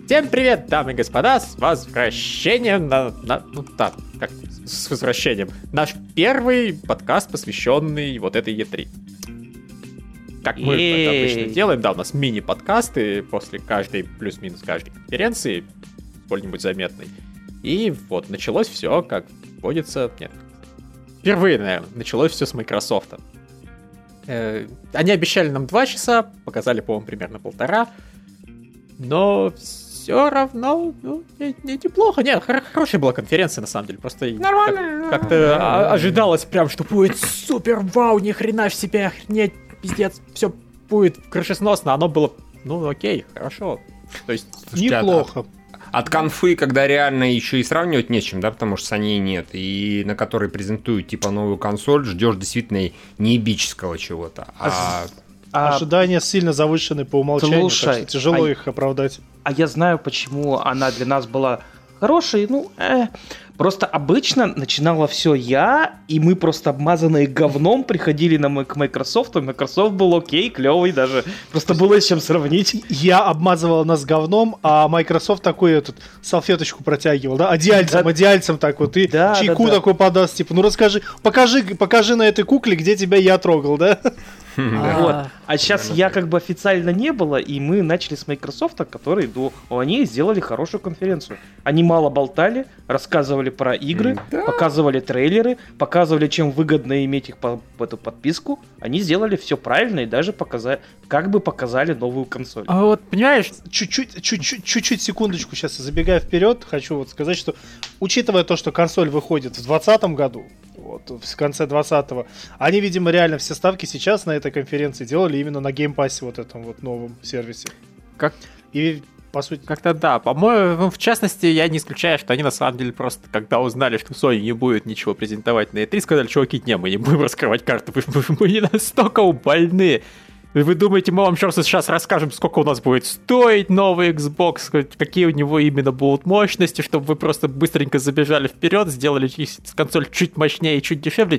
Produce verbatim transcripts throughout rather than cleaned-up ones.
Всем привет, дамы и господа, с возвращением на... на ну да, как с возвращением. Наш первый подкаст, посвященный вот этой и три. Как мы это обычно делаем, да, у нас мини-подкасты после каждой, плюс-минус каждой конференции, сколь-нибудь заметной. И вот началось все, как водится... Нет, впервые, наверное, началось все с Microsoft. Э, они обещали нам два часа, показали, по-моему, примерно полтора. Но все равно, ну, не, не, неплохо. Нет, хор- хорошая была конференция, на самом деле. Просто нормально. Как- как-то а- ожидалось прям, что будет супер вау, ни хрена в себе, охренеть, пиздец, все будет крышесносно. Оно было, ну, окей, хорошо. То есть, Слушайте, неплохо. От, от конфы, когда реально еще и сравнивать не с чем, да, потому что Sony нет, и на которой презентуют, типа, новую консоль, ждешь действительно не эпического чего-то, а... А... Ожидания сильно завышены по умолчанию, Слушай, так что тяжело а... их оправдать. А я знаю, почему она для нас была хорошей. Ну, э, просто обычно начинало все я, и мы просто обмазанные говном приходили на, к Microsoft. Microsoft был окей, клевый даже. Просто было с чем сравнить. Я обмазывал нас говном, а Microsoft такой этот салфеточку протягивал, да, одеяльцем, Да. одеяльцем так вот, и Да, чайку да, да. такой подаст, типа, ну расскажи, покажи, покажи на этой кукле, где тебя я трогал, да? Вот. А сейчас я как бы официально не было, и мы начали с Microsoft, которые, ну, они сделали хорошую конференцию. Они мало болтали, рассказывали про игры, Да. показывали трейлеры, показывали, чем выгодно иметь их по, в эту подписку. Они сделали все правильно и даже показали, как бы показали новую консоль. а вот, понимаешь, Чуть-чуть, чуть-чуть, чуть-чуть, секундочку, сейчас забегая вперед, хочу вот сказать, что учитывая то, что консоль выходит в двадцатом году, вот, в конце двадцатого, они, видимо, реально все ставки сейчас на этой конференции делали именно на геймпассе, вот этом вот новом сервисе. как И, по сути, Как-то да, по-моему, ну, в частности, я не исключаю, что они на самом деле просто, когда узнали, что Sony не будет ничего презентовать на и три, сказали, чуваки, не, мы не будем раскрывать карты, мы, мы- мы не настолько больны. Вы думаете, мы вам просто сейчас расскажем, сколько у нас будет стоить новый Xbox, какие у него именно будут мощности, чтобы вы просто быстренько забежали вперед, сделали консоль чуть мощнее и чуть дешевле?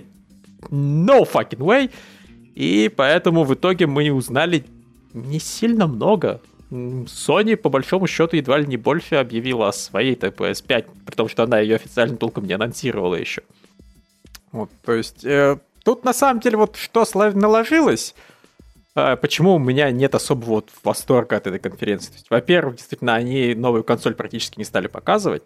No fucking way. И поэтому в итоге мы узнали не сильно много. Sony, по большому счету, едва ли не больше объявила о своей-то пи эс пять, потому что она ее официально толком не анонсировала еще. Вот, то есть, э, тут на самом деле вот что слав- наложилось, э, почему у меня нет особого вот восторга от этой конференции. То есть, во-первых, действительно, они новую консоль практически не стали показывать.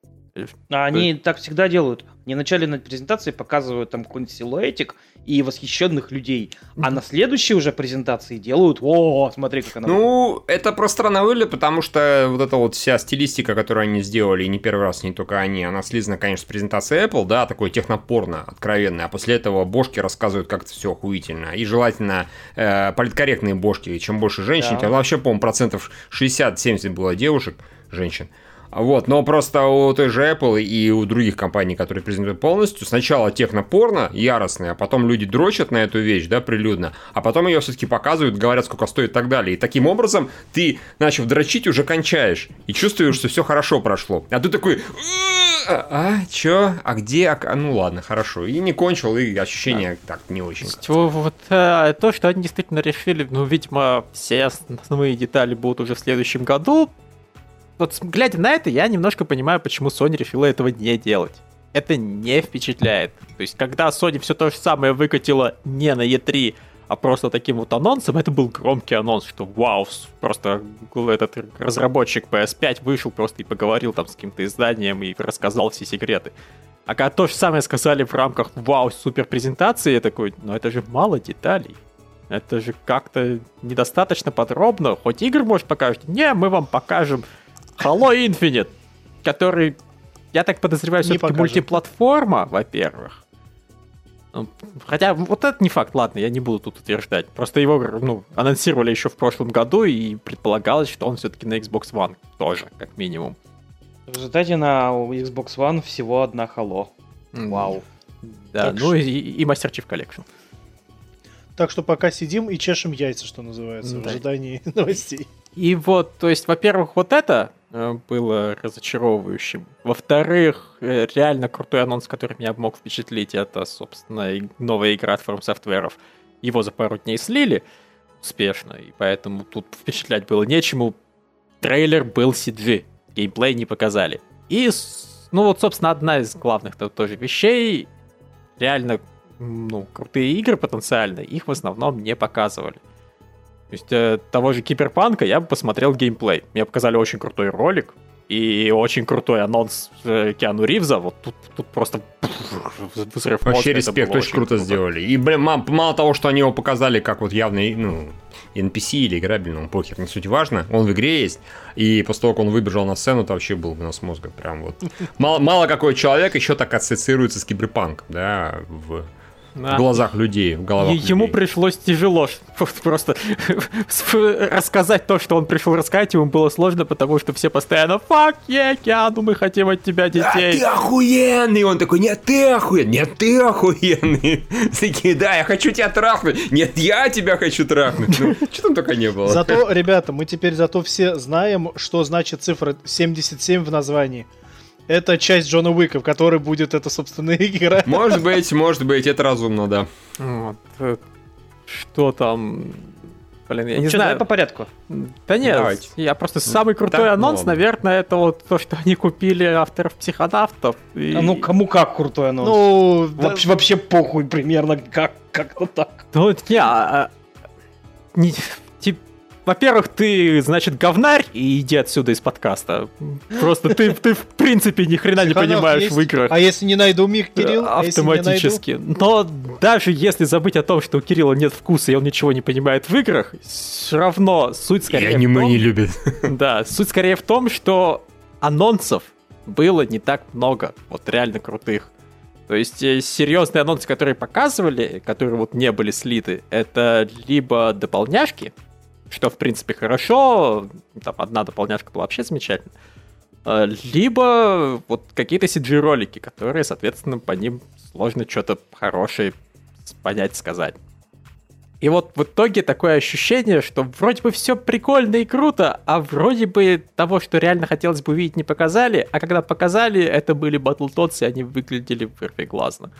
А они так всегда делают. Они в начале на презентации показывают там какой-нибудь силуэтик и восхищенных людей. А на следующей уже презентации делают: о, смотри, как она выглядит. Ну, это просто странно выглядит, потому что вот эта вот вся стилистика, которую они сделали, и не первый раз, не только они, она слизана, конечно, с презентации Apple, да, такой технопорно, откровенный, а после этого бошки рассказывают как-то все охуительно. И желательно э, политкорректные бошки, чем больше женщин, Да. тем вообще, по-моему, процентов шестьдесят-семьдесят было девушек, женщин. Вот, но просто у той же Apple и у других компаний, которые презентуют полностью, сначала технопорно яростные, а потом люди дрочат на эту вещь, да, прилюдно, а потом ее все-таки показывают, говорят, сколько стоит и так далее. И таким образом ты, начав дрочить, уже кончаешь и чувствуешь, что все хорошо прошло. А ты такой: а, а чё? А где? А, ну ладно, хорошо. И не кончил, и ощущение так не очень. То, вот, э, то, что они действительно решили, ну, видимо, все основные детали будут уже в следующем году. Вот, глядя на это, я немножко понимаю, почему Sony решила этого не делать. Это не впечатляет. То есть, когда Sony все то же самое выкатила не на и три, а просто таким вот анонсом, это был громкий анонс, что вау, просто этот разработчик пи эс пять вышел просто и поговорил там с каким-то изданием и рассказал все секреты. А когда то же самое сказали в рамках вау, супер презентации, я такой, ну это же мало деталей. Это же как-то недостаточно подробно. Хоть игр, может, покажете? Не, мы вам покажем Halo Infinite, который, я так подозреваю, Не все-таки покажем. мультиплатформа, во-первых. Ну, хотя вот это не факт, ладно, я не буду тут утверждать. Просто его, ну, анонсировали еще в прошлом году, и предполагалось, что он все-таки на Xbox One тоже, как минимум. В результате на Xbox One всего одна Halo. Вау. Да, Так ну что- и, и Master Chief Collection. так что пока сидим и чешем яйца, что называется, в Да. ожидании новостей. И вот, то есть, во-первых, вот это э, было разочаровывающим. Во-вторых, э, реально крутой анонс, который меня мог впечатлить, это, собственно, и новая игра от From Software. Его за пару дней слили успешно, и поэтому тут впечатлять было нечему. трейлер был си джи, геймплей не показали. И, ну вот, собственно, одна из главных тоже вещей, реально, ну, крутые игры потенциально, их в основном не показывали. То есть э, того же Киберпанка я бы посмотрел геймплей. Мне показали очень крутой ролик и очень крутой анонс э, Киану Ривза. Вот тут, тут просто взрыв мозга. Вообще респект, очень, очень круто, круто сделали. И, блин, мало, мало того, что они его показали как вот явный, ну, эн пи си или играбельный, он похер, не суть важно. Он в игре есть. И после того, как он выбежал на сцену, это вообще был вынос мозга. Прям вот. Мало, мало какой человек еще так ассоциируется с Киберпанком, да, в... Да. В глазах людей, в головах людей. Ему пришлось тяжело просто рассказать то, что он пришел рассказать, ему было сложно, потому что все постоянно «Фак, е, Киану, мы хотим от тебя детей». Да, ты охуенный! И он такой «Нет, ты охуенный! Нет, ты охуенный!» Такие «Да, я хочу тебя трахнуть!» «Нет, я тебя хочу трахнуть!» Ну, что там только не было. Зато, ребята, мы теперь зато все знаем, что значит цифра семьдесят семь в названии. Это часть Джона Уика, в которой будет эта, собственно, игра. Может быть, может быть, это разумно, да. Вот. Что там... Блин, я не что, знаю. Давай по порядку. Да нет, Давайте. Я просто самый крутой да, анонс, ну, наверное, это вот то, что они купили авторов психонавтов. И... А ну кому как крутой анонс? Ну, вообще, да... вообще похуй примерно, как, как вот так. Ну, не, а, не, типа, во-первых, ты, значит, говнарь, и иди отсюда из подкаста. Просто ты, ты в принципе, ни хрена не понимаешь есть? в играх. А если не найду миг, Кирилл? Автоматически. А Но даже если забыть о том, что у Кирилла нет вкуса, и он ничего не понимает в играх, все равно суть скорее и аниме в том... не любит. Да, суть скорее в том, что анонсов было не так много, вот реально крутых. То есть серьезные анонсы, которые показывали, которые вот не были слиты, это либо дополняшки, что, в принципе, хорошо, там одна дополняшка была вообще замечательна, либо вот какие-то си джи-ролики, которые, соответственно, по ним сложно что-то хорошее понять, сказать. И вот в итоге такое ощущение, что вроде бы все прикольно и круто, а вроде бы того, что реально хотелось бы увидеть, не показали, а когда показали, это были Battletoads, и они выглядели вырвиглазно.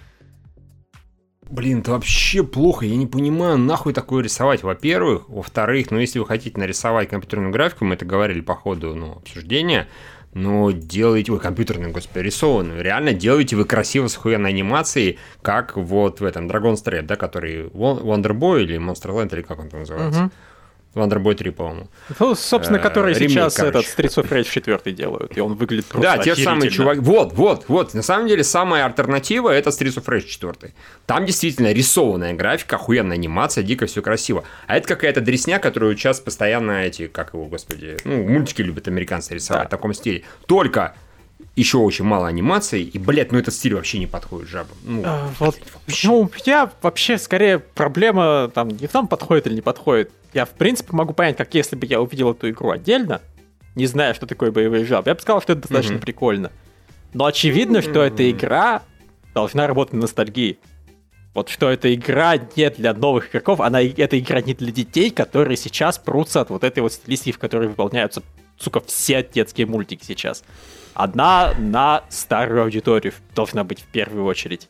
Блин, это вообще плохо, я не понимаю, нахуй такое рисовать, во-первых. Во-вторых, ну если вы хотите нарисовать компьютерную графику, мы это говорили по ходу ну, обсуждения, но делаете вы компьютерную, господи, рисованную, реально делаете вы красиво с охуенной анимацией, как вот в этом Dragon's Trap, да, который Wonder Boy или Monster Land, или как он там называется. Угу. Wonder Boy три, по-моему. Ну, собственно, который ремейк, сейчас короче. этот Streets of Rage четыре делают, и он выглядит просто Да, те же самые чуваки. Вот, вот, вот. На самом деле, самая альтернатива — это Streets of Rage четыре. Там действительно рисованная графика, охуенная анимация, дико все красиво. А это какая-то дресня, которую сейчас постоянно эти, как его, господи, ну, мультики любят американцы рисовать да. в таком стиле. Только еще очень мало анимации, и, блядь, ну этот стиль вообще не подходит жабам. Ну, а, вот, ну, я вообще, скорее, проблема там не в том, подходит или не подходит. Я, в принципе, могу понять, как если бы я увидел эту игру отдельно, не зная, что такое боевые жабы, я бы сказал, что это достаточно mm-hmm. прикольно. Но очевидно, mm-hmm. что эта игра должна работать на ностальгии. Вот что эта игра не для новых игроков, она, эта игра не для детей, которые сейчас прутся от вот этой вот стилистики, в которой выполняются, сука, все детские мультики сейчас. Одна на старую аудиторию должна быть в первую очередь.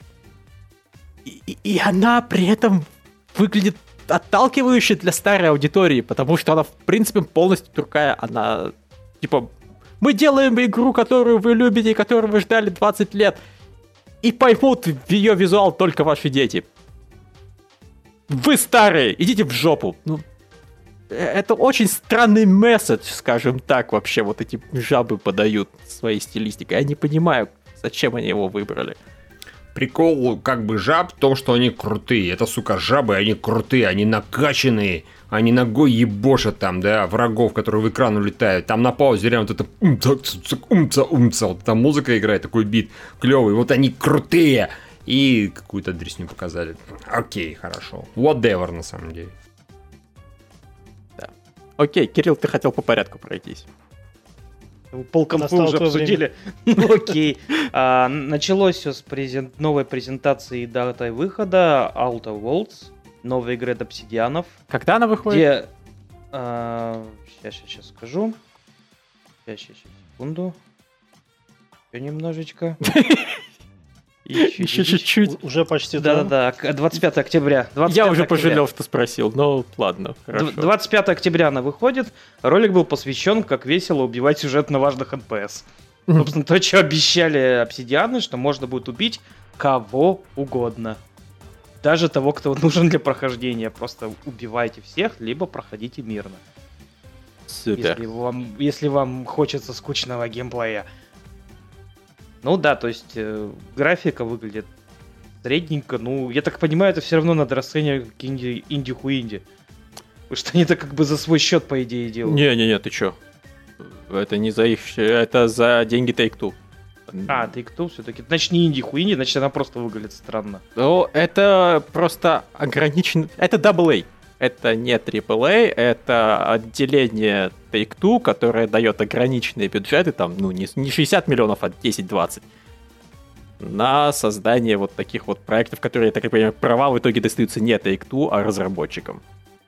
И, и, и она при этом выглядит отталкивающе для старой аудитории, потому что она, в принципе, полностью другая. Она, типа, мы делаем игру, которую вы любите, которую вы ждали двадцать лет, и поймут ее визуал только ваши дети. Вы старые, идите в жопу. Ну, это очень странный месседж, скажем так, вообще вот эти жабы подают своей стилистикой. Я не понимаю, зачем они его выбрали. Прикол как бы жаб в том, что они крутые. Это, сука, жабы, они крутые, они накачанные. Они ногой ебошат там, да, врагов, которые в экран улетают. Там на паузе реально вот это умца-умца. Вот там музыка играет, такой бит клевый. Вот они крутые. И какую-то дресню показали. Окей, хорошо. Whatever, на самом деле. Да. Окей, Кирилл, ты хотел по порядку пройтись. Полконфы уже обсудили. Ну окей. А, началось все с презент... новой презентации и датой выхода Outer Worlds, новой игры от Obsidian'ов. Когда она выходит? Где... А, сейчас, сейчас, сейчас скажу. Сейчас, сейчас, секунду. Еще немножечко. Еще чуть-чуть. У- Уже почти там. Да-да-да, двадцать пятого октября. двадцать Я пятого уже октября. пожалел, что спросил, но ладно, хорошо. Д- двадцать пятого октября она выходит. Ролик был посвящен, как весело убивать сюжетно важных эн пи эс. Собственно, то, что обещали обсидианы, что можно будет убить кого угодно. Даже того, кто нужен для прохождения. Просто убивайте всех, либо проходите мирно. Супер. Если вам, если вам хочется скучного геймплея. Ну да, то есть э, графика выглядит средненько. Ну, я так понимаю, это все равно надо расценивать как инди- инди-хуинди. Потому что они это как бы за свой счет, по идее, делают. Не-не-не, ты чё? Это не за их... щ- Это за деньги Take-Two. А, Take-Two все-таки. Значит, не инди-хуинди, значит, она просто выглядит странно. Ну, это просто ограничен... Это дабл эй. Это не трипл эй, это отделение Take-Two, которое дает ограниченные бюджеты, там, ну, не, не шестьдесят миллионов, а десять-двадцать. На создание вот таких вот проектов, которые, я так понимаю, права в итоге достаются не Take-Two, а разработчикам.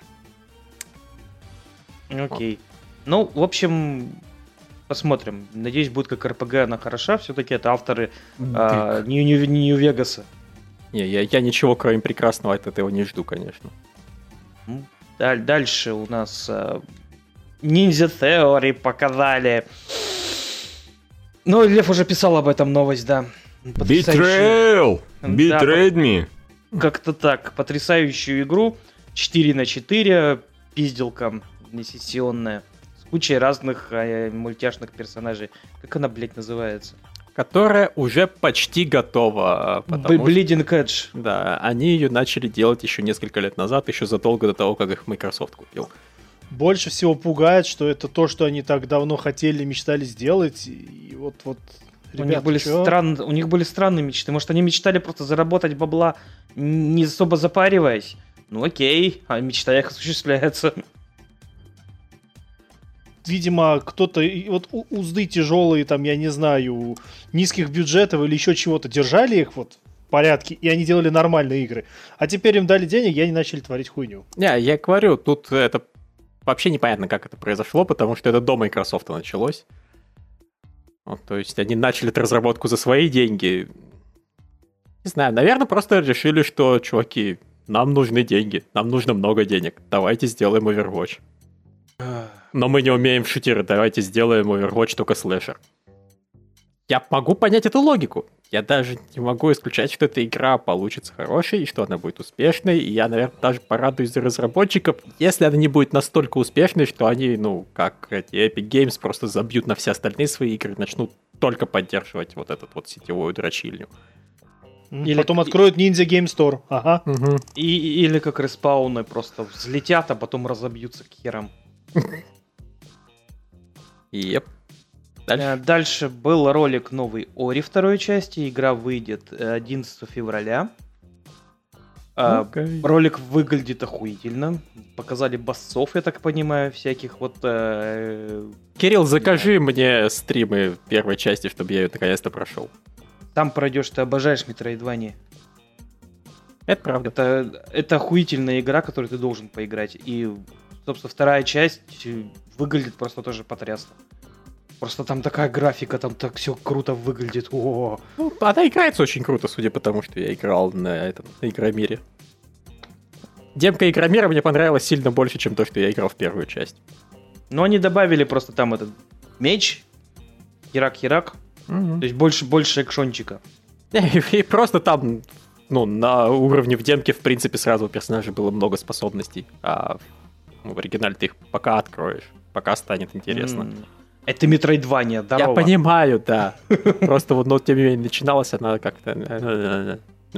Окей. Ну, в общем, посмотрим. Надеюсь, будет как эр пи джи, она хороша. Все-таки это авторы а, Нью- Нью- Нью-Вегаса. Не, я, я ничего, кроме прекрасного, от этого не жду, конечно. Ну, даль- Дальше у нас а, Ninja Theory показали. Ну, Лев уже писал об этом новость, да. Потрясающую- Betrayal! Да, Betrayed me! Как-то так. Потрясающую игру. четыре на четыре. Пизделка несессионная. С кучей разных э, мультяшных персонажей. Как она, блядь, называется? Которая уже почти готова, потому что... Bleeding Edge. Да, они ее начали делать еще несколько лет назад, еще задолго до того, как их Microsoft купил. Больше всего пугает, что это то, что они так давно хотели, мечтали сделать. И вот, вот, у, них ребята, были чё? стран... у них были странные мечты. Может, они мечтали просто заработать бабла, не особо запариваясь? Ну окей, а мечта их осуществляется. Видимо, кто-то, и вот у- узды тяжелые, там, я не знаю, низких бюджетов или еще чего-то, держали их вот в порядке, и они делали нормальные игры. А теперь им дали денег, и они начали творить хуйню. Не, я говорю, тут это вообще непонятно, как это произошло, потому что это до Microsoft началось. Вот, то есть они начали эту разработку за свои деньги. Не знаю, наверное, просто решили, что, чуваки, нам нужны деньги, нам нужно много денег, давайте сделаем Overwatch. Но мы не умеем в шутеры, давайте сделаем Overwatch только слэшер. Я могу понять эту логику. Я даже не могу исключать, что эта игра получится хорошей, и что она будет успешной, и я, наверное, даже порадуюсь за разработчиков, если она не будет настолько успешной, что они, ну, как эти Epic Games, просто забьют на все остальные свои игры и начнут только поддерживать вот эту вот сетевую дрочильню. М, Или- Потом откроют Ninja Game Store. Ага. И, или как респауны просто взлетят, а потом разобьются к херам. Еп. Э, Дальше. Дальше был ролик новой Ори второй части. Игра выйдет э, одиннадцатого февраля. А, Окей. Ролик выглядит охуительно. Показали боссов, я так понимаю, всяких вот... э, Кирилл, закажи мне стримы первой части, чтобы я ее наконец-то прошел. Там пройдешь, ты обожаешь Metroidvania. Это правда. Это, это охуительная игра, которую ты должен поиграть. И, собственно, вторая часть э, выглядит просто тоже потрясно. Просто там такая графика, там так все круто выглядит. О, Ну, она играется очень круто, судя по тому, что я играл на этом на Игромире. Демка Игромира мне понравилась сильно больше, чем то, что я играл в первую часть. Но они добавили просто там этот меч, херак-херак, то есть больше, больше экшончика. И просто там, ну, на уровне в демке, в принципе, сразу у персонажей было много способностей. А в оригинале ты их пока откроешь, пока станет интересно. М, Это Metroidvania, Я здорово. понимаю, да. Просто вот, но тем не менее, начиналась она как-то...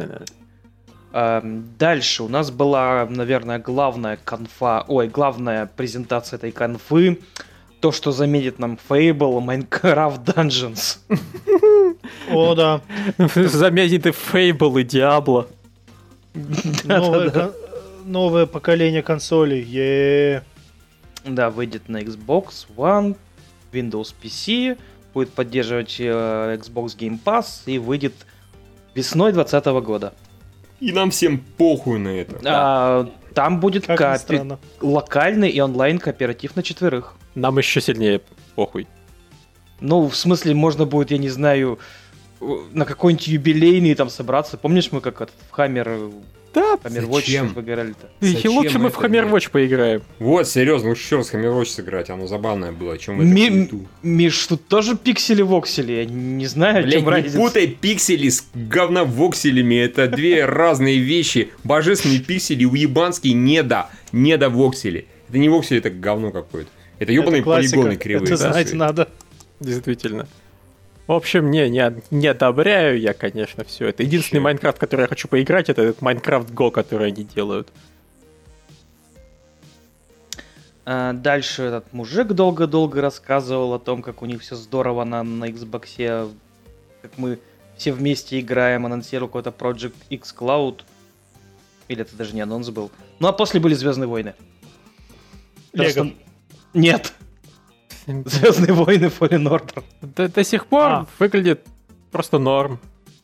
Эм, Дальше у нас была, наверное, главная конфа, ой, главная презентация этой конфы. То, что заметит нам Fable, Minecraft Dungeons. О, да. Заметит и Fable, и Diablo. Новое, кон- новое поколение консолей. Е. Да, выйдет на Xbox One, Windows пи си, будет поддерживать э, Xbox Game Pass и выйдет весной двадцатого года. И нам всем похуй на это. А, там будет Как ни кооператив- странно. локальный и онлайн кооператив на четверых. Нам еще сильнее похуй. Ну, в смысле, можно будет, я не знаю, на какой-нибудь юбилейный там собраться. Помнишь, мы как в Хаммер... Да, Hammer Watch зачем? выбирали-то. и Зачем лучше мы в это Hammer Watch поиграем. Вот, серьезно, лучше еще раз Hammer Watch сыграть, оно забавное было, чем в Ми- эту хуету. Миш, тут тоже пиксели-воксели, я не знаю, о Блядь, чем не разница. путай пиксели с говновокселями, это две разные вещи. Божественные пиксели, уебанские недо, недо-воксели. Это не воксели, это говно какое-то. Это ебаные классика, полигоны кривые. Это да, знать свои. надо. Действительно. В общем, не, не, не одобряю я, конечно, все это. Единственный Вообще. Майнкрафт, в который я хочу поиграть, это этот Майнкрафт Го, который они делают. А, дальше этот мужик долго-долго рассказывал о том, как у них все здорово на, на Xbox, как мы все вместе играем, анонсировал какой-то Project X Cloud. Или это даже не анонс был. Ну а после были Звездные войны. Лего. Просто- Нет. Звездные войны Fallen Order. До, до сих пор А. выглядит просто норм.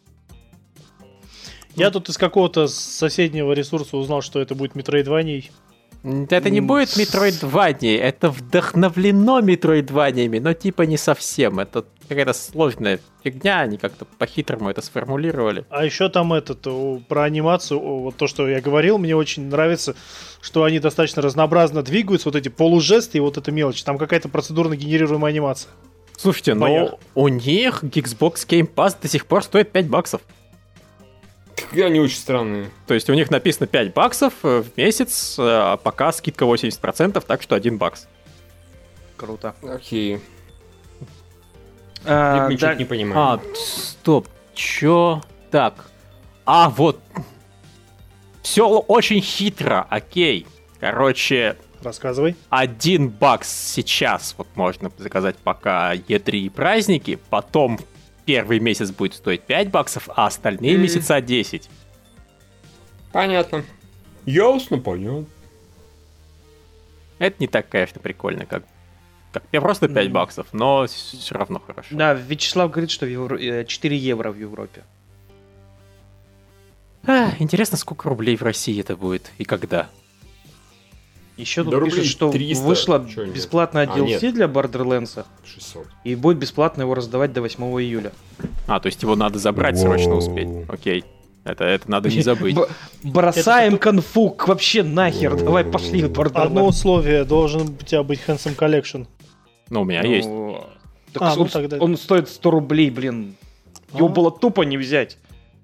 Я тут из какого-то соседнего ресурса узнал, что это будет Metroidvania. Это не М, будет с- Metroidvania, это вдохновлено Metroidvаниями, но типа не совсем. Это какая-то сложная фигня, они как-то по-хитрому это сформулировали. А еще там этот, о, про анимацию, о, вот то, что я говорил, мне очень нравится, что они достаточно разнообразно двигаются, вот эти полужесты и вот эта мелочь. Там какая-то процедурно генерируемая анимация. Слушайте, Моя. но у них Xbox Game Pass до сих пор стоит пять баксов. Они очень странные. То есть у них написано пять баксов э, в месяц, э, а пока скидка восемьдесят процентов, так что один бакс. Круто. Окей. А, Я ничего да- не понимаю. А, стоп, чё? Так, а вот, все очень хитро, окей. Короче, Рассказывай. один бакс сейчас вот можно заказать пока и три праздники, потом первый месяц будет стоить пять баксов, а остальные Мгм. месяца десять. Понятно. Ясно, понятно. Это не так, конечно, прикольно, как, как я просто пять Мгм. баксов, но все равно хорошо. Да, Вячеслав говорит, что в Евро- э, четыре евро в Европе. А, интересно, сколько рублей в России это будет и когда. Еще тут Да пишут, рублей что триста, вышло чё нет? бесплатное А, ди эл си нет. для Borderlands, шестьсот. и будет бесплатно его раздавать до восьмого июля. А, то есть его надо забрать, срочно Воу. успеть. Окей. Это, это надо не забыть. Б- бросаем конфу, вообще нахер, давай пошли в Одно Borderlands. условие, должен у тебя быть Handsome Collection. Ну, у меня есть. Ну, так А, ну он, тогда- он стоит сто рублей, блин. Его А. было тупо не взять.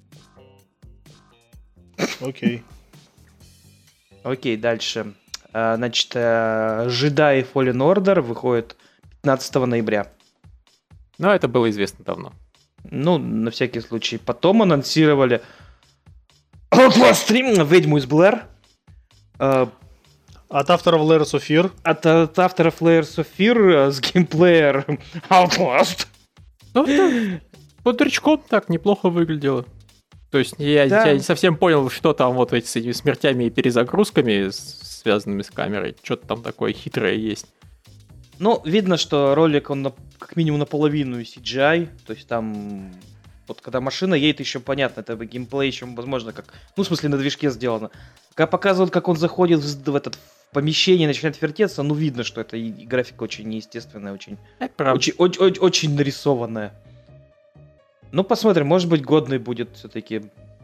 Окей. Окей, дальше. А, Значит, э, Jedi Fallen Order выходит пятнадцатого ноября. Но это было известно давно. Ну, на всякий случай. Потом анонсировали Outlast три, Ведьму из Блэр. Э, От авторов Layers of Fear. От, от авторов Layers of Fear э, с геймплеером Outlast. Ну, это бодрячком так неплохо выглядело. То есть я, Да. я не совсем понял, что там вот эти с этими смертями и перезагрузками, с- связанными с камерой. Что-то там такое хитрое есть. Ну, видно, что ролик, он на- как минимум наполовину си джи ай. То есть там... Вот когда машина едет, еще понятно, это геймплей еще, возможно, как... Ну, в смысле, на движке сделано. Когда показывают, как он заходит в, в этот в помещение и начинает вертеться, ну, видно, что это и, и графика очень неестественная, очень... Это правда. Очень, очень, очень, очень нарисованная. Ну, посмотрим, может быть, годный будет все-таки.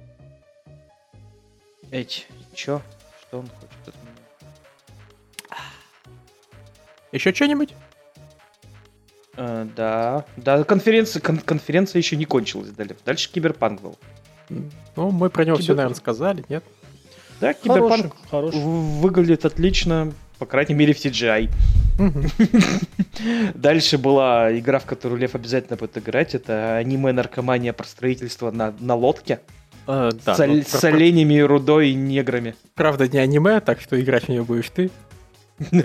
Эть, чё? Что он хочет от меня? Еще что-нибудь? Э, да, да, конференция, кон- конференция еще не кончилась. Дальше, дальше Киберпанк был. Ну, мы про него все, Кибер- наверное, сказали, нет? Да, Хороший, Киберпанк хороший. в- выглядит отлично, по крайней мере, в си джи ай. Мгм. Дальше была игра, в которую Лев обязательно будет играть. Это аниме-наркомания про строительство на, на лодке. Э, да, с, ну, оль- про- с оленями, рудой и неграми. правда, не аниме, так что играть в нее будешь ты. В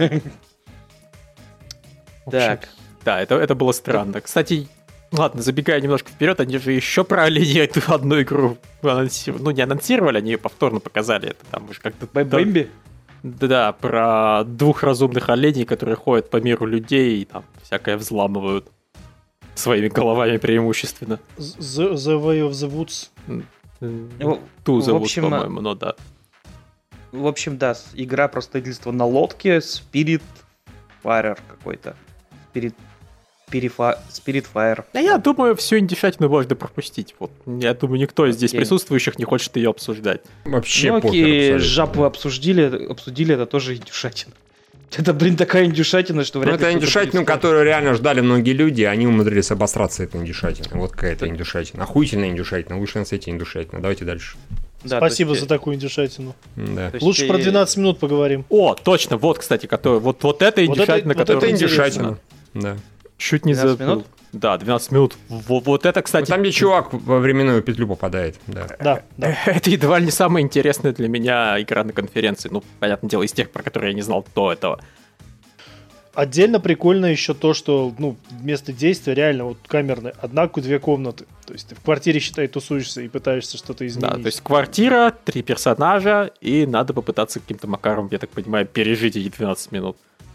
общем, Так. Да, это, это было странно. Кстати, ладно, забегая немножко вперед, они же еще про оленей эту одну игру анонсировали. Ну, не анонсировали, они ее повторно показали. Это там уже как-то... Бэ- Бэмби? Да, про двух разумных оленей, которые ходят по миру людей и там всякое взламывают. Своими головами преимущественно. The, the Way of the Woods. Ну, Ту в зовут, общем, по-моему, но да. В общем, да, с- игра про строительство на лодке, Spirit Farer какой-то. Spirit Spiritfire. А я думаю, всю индюшатину можно пропустить. Вот. Я думаю, никто из здесь Окей. присутствующих не хочет ее обсуждать. Вообще Ну, похер окей, абсолютно. жаб вы обсудили, обсудили, это тоже индюшатина. Это, блин, такая индюшатина, что Ну, вряд ли это кто-то индюшатина, пересмотрит. которую реально ждали многие люди, они умудрились обосраться этой индюшатиной. Вот какая-то индюшатина. Охуительная индюшатина, лучше на свете индюшатина. Давайте дальше. Да, Спасибо то есть, за такую индюшатину. Да. то есть, Лучше э, про двенадцать минут поговорим. О, точно, вот, кстати, который, вот, вот это Вот это- индюшатина, вот которая... Это интересно. индюшатина. Да. Чуть не двенадцать забыл. минут? Да, двенадцать минут. Во- Вот это, Ну, кстати, там, где чувак во временную петлю попадает. Да. Да, да. это едва ли не самая интересная для меня игра на конференции. Ну, понятное дело, из тех, про которые я не знал до этого. Отдельно прикольно еще то, что ну, место действия реально вот камерное. Одна, две комнаты. То есть ты в квартире, считай, тусуешься и пытаешься что-то изменить. Да, то есть квартира, три персонажа, и надо попытаться каким-то макаром, я так понимаю, пережить эти двенадцать минут.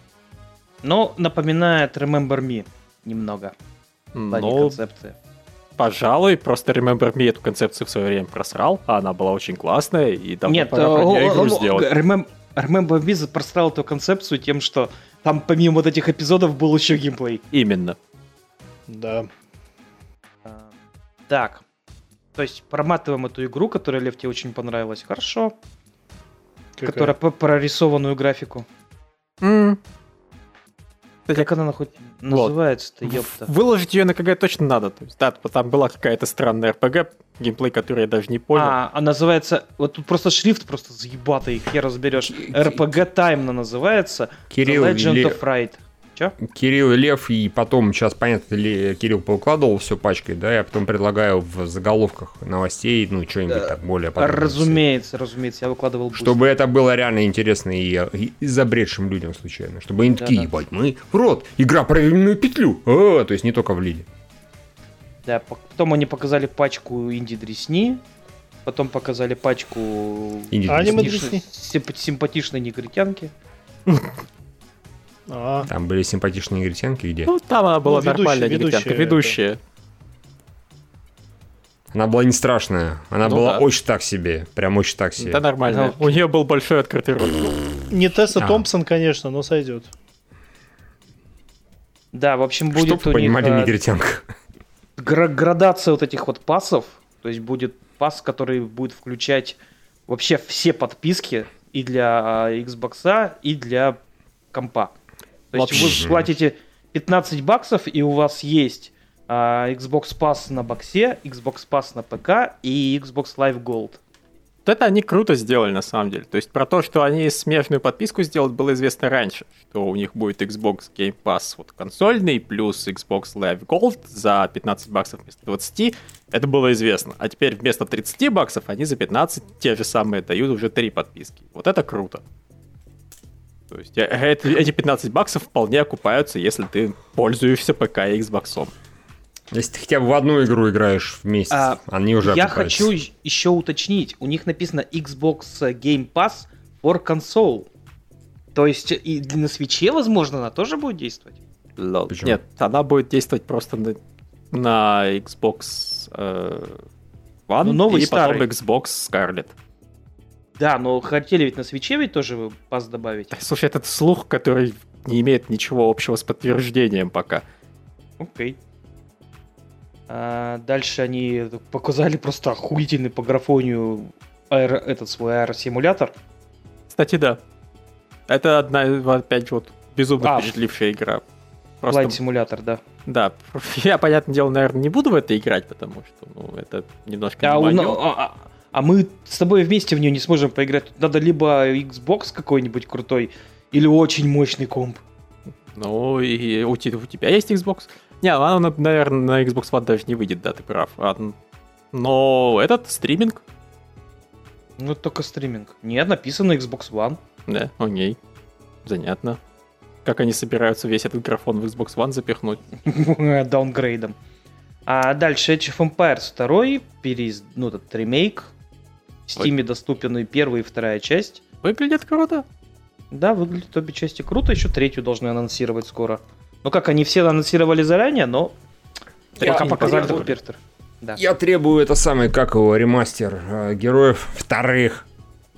Но напоминает Remember Me немного. В плане Но, концепции. пожалуй, просто Remember Me эту концепцию в свое время просрал, а она была очень классная, и давно Нет, пора про нее э, игру э, сделать. Remem- Remember Me просрал эту концепцию тем, что там помимо вот этих эпизодов был еще геймплей. Именно. Да. А, Так. То есть проматываем эту игру, которая, Лев, тебе очень понравилась. Хорошо. Какая? Которая по прорисованную графику. М. Кстати, Как она хоть Вот. называется-то, ёпта? выложить ее на КГ точно надо. То есть, да, там была какая-то странная эр пи джи, геймплей, который я даже не понял. А, а называется... Вот тут просто шрифт просто заебатый, хер разберешь. эр пи джи Time она называется. Кирилл, The Legend Ле- of Ride. Чё? Кирилл и Лев, и потом, сейчас, понятно, ли Кирилл поукладывал все пачкой, да, я потом предлагаю в заголовках новостей, ну, что-нибудь так более подробно. Разумеется, разумеется, я выкладывал быстро. Чтобы это было реально интересно и, и забредшим людям случайно. Чтобы они такие, Да-да. ебать, мы, рот, игра про временную петлю. А, то есть не только в лиде. Да, по- потом они показали пачку инди-дресни, потом показали пачку Инди- Аниме симпатичной- дресни? симп- симпатичной негритянки. А, Там были симпатичные негритянки, где? Ну, там она была Ну, ведущая, нормальная ведущая негритянка, ведущая. Она была не страшная. Она Ну была да. очень так себе. Прям очень так себе. Да, нормально. Ну, У нее был большой открытый рот. не Тесса А. Томпсон, конечно, но сойдет. Да, в общем, будет Чтоб вы у них понимали, а, негритянка. гра- градация вот этих вот пассов. То есть будет пасс, который будет включать вообще все подписки и для а, Xbox, и для компа. То есть Вообще. вы платите пятнадцать баксов, и у вас есть а, Xbox Pass на боксе, Xbox Pass на ПК и Xbox Live Gold. Вот это они круто сделали, на самом деле. То есть про то, что они смежную подписку сделают, было известно раньше. Что у них будет Xbox Game Pass вот консольный, плюс Xbox Live Gold за пятнадцать баксов вместо двадцати. Это было известно. А теперь вместо тридцати баксов они за пятнадцать те же самые дают уже три подписки. Вот это круто. То есть э- э- эти пятнадцать баксов вполне окупаются, если ты пользуешься ПК и Xbox. Если ты хотя бы в одну игру играешь в месяц, А, они уже Я окупаются. хочу е- еще уточнить. У них написано Xbox Game Pass for Console. То есть и на свитче, возможно, она тоже будет действовать? Лол. Почему? Нет, она будет действовать просто на, на Xbox э, One Ну, новый, и старый. потом Xbox Scarlet. Да, но хотели ведь на свитче ведь тоже пас добавить. Слушай, этот слух, который не имеет ничего общего с подтверждением пока. Окей. А, дальше они показали просто охуительный по графонию аэро- этот свой аэросимулятор. Кстати, да. Это одна, опять же, вот, безумно А. впечатлившая игра. Просто, Флайт-симулятор, да. да, я, понятное дело, наверное, не буду в это играть, потому что, ну, это немножко А, не у- моё. а- а- а мы с тобой вместе в нее не сможем поиграть. Тут надо либо Xbox какой-нибудь крутой, или очень мощный комп. Ну, и у, те- у тебя есть Xbox? Не, она, наверное, на Xbox One даже не выйдет, да, ты прав. А, но этот стриминг, Ну, это только стриминг. Нет, написано Xbox One. да, окей, занятно. Как они собираются весь этот графон в Xbox One запихнуть? Даунгрейдом. А дальше Age of Empires два, переиз... ну, этот ремейк. В Steam доступен и первая, и вторая часть. Выглядит круто. Да, выглядит обе части круто, еще третью должны анонсировать скоро. Ну как, они все анонсировали заранее, но Я пока показали требую- только первый. Да. Я требую это самое, как его, ремастер э, героев вторых.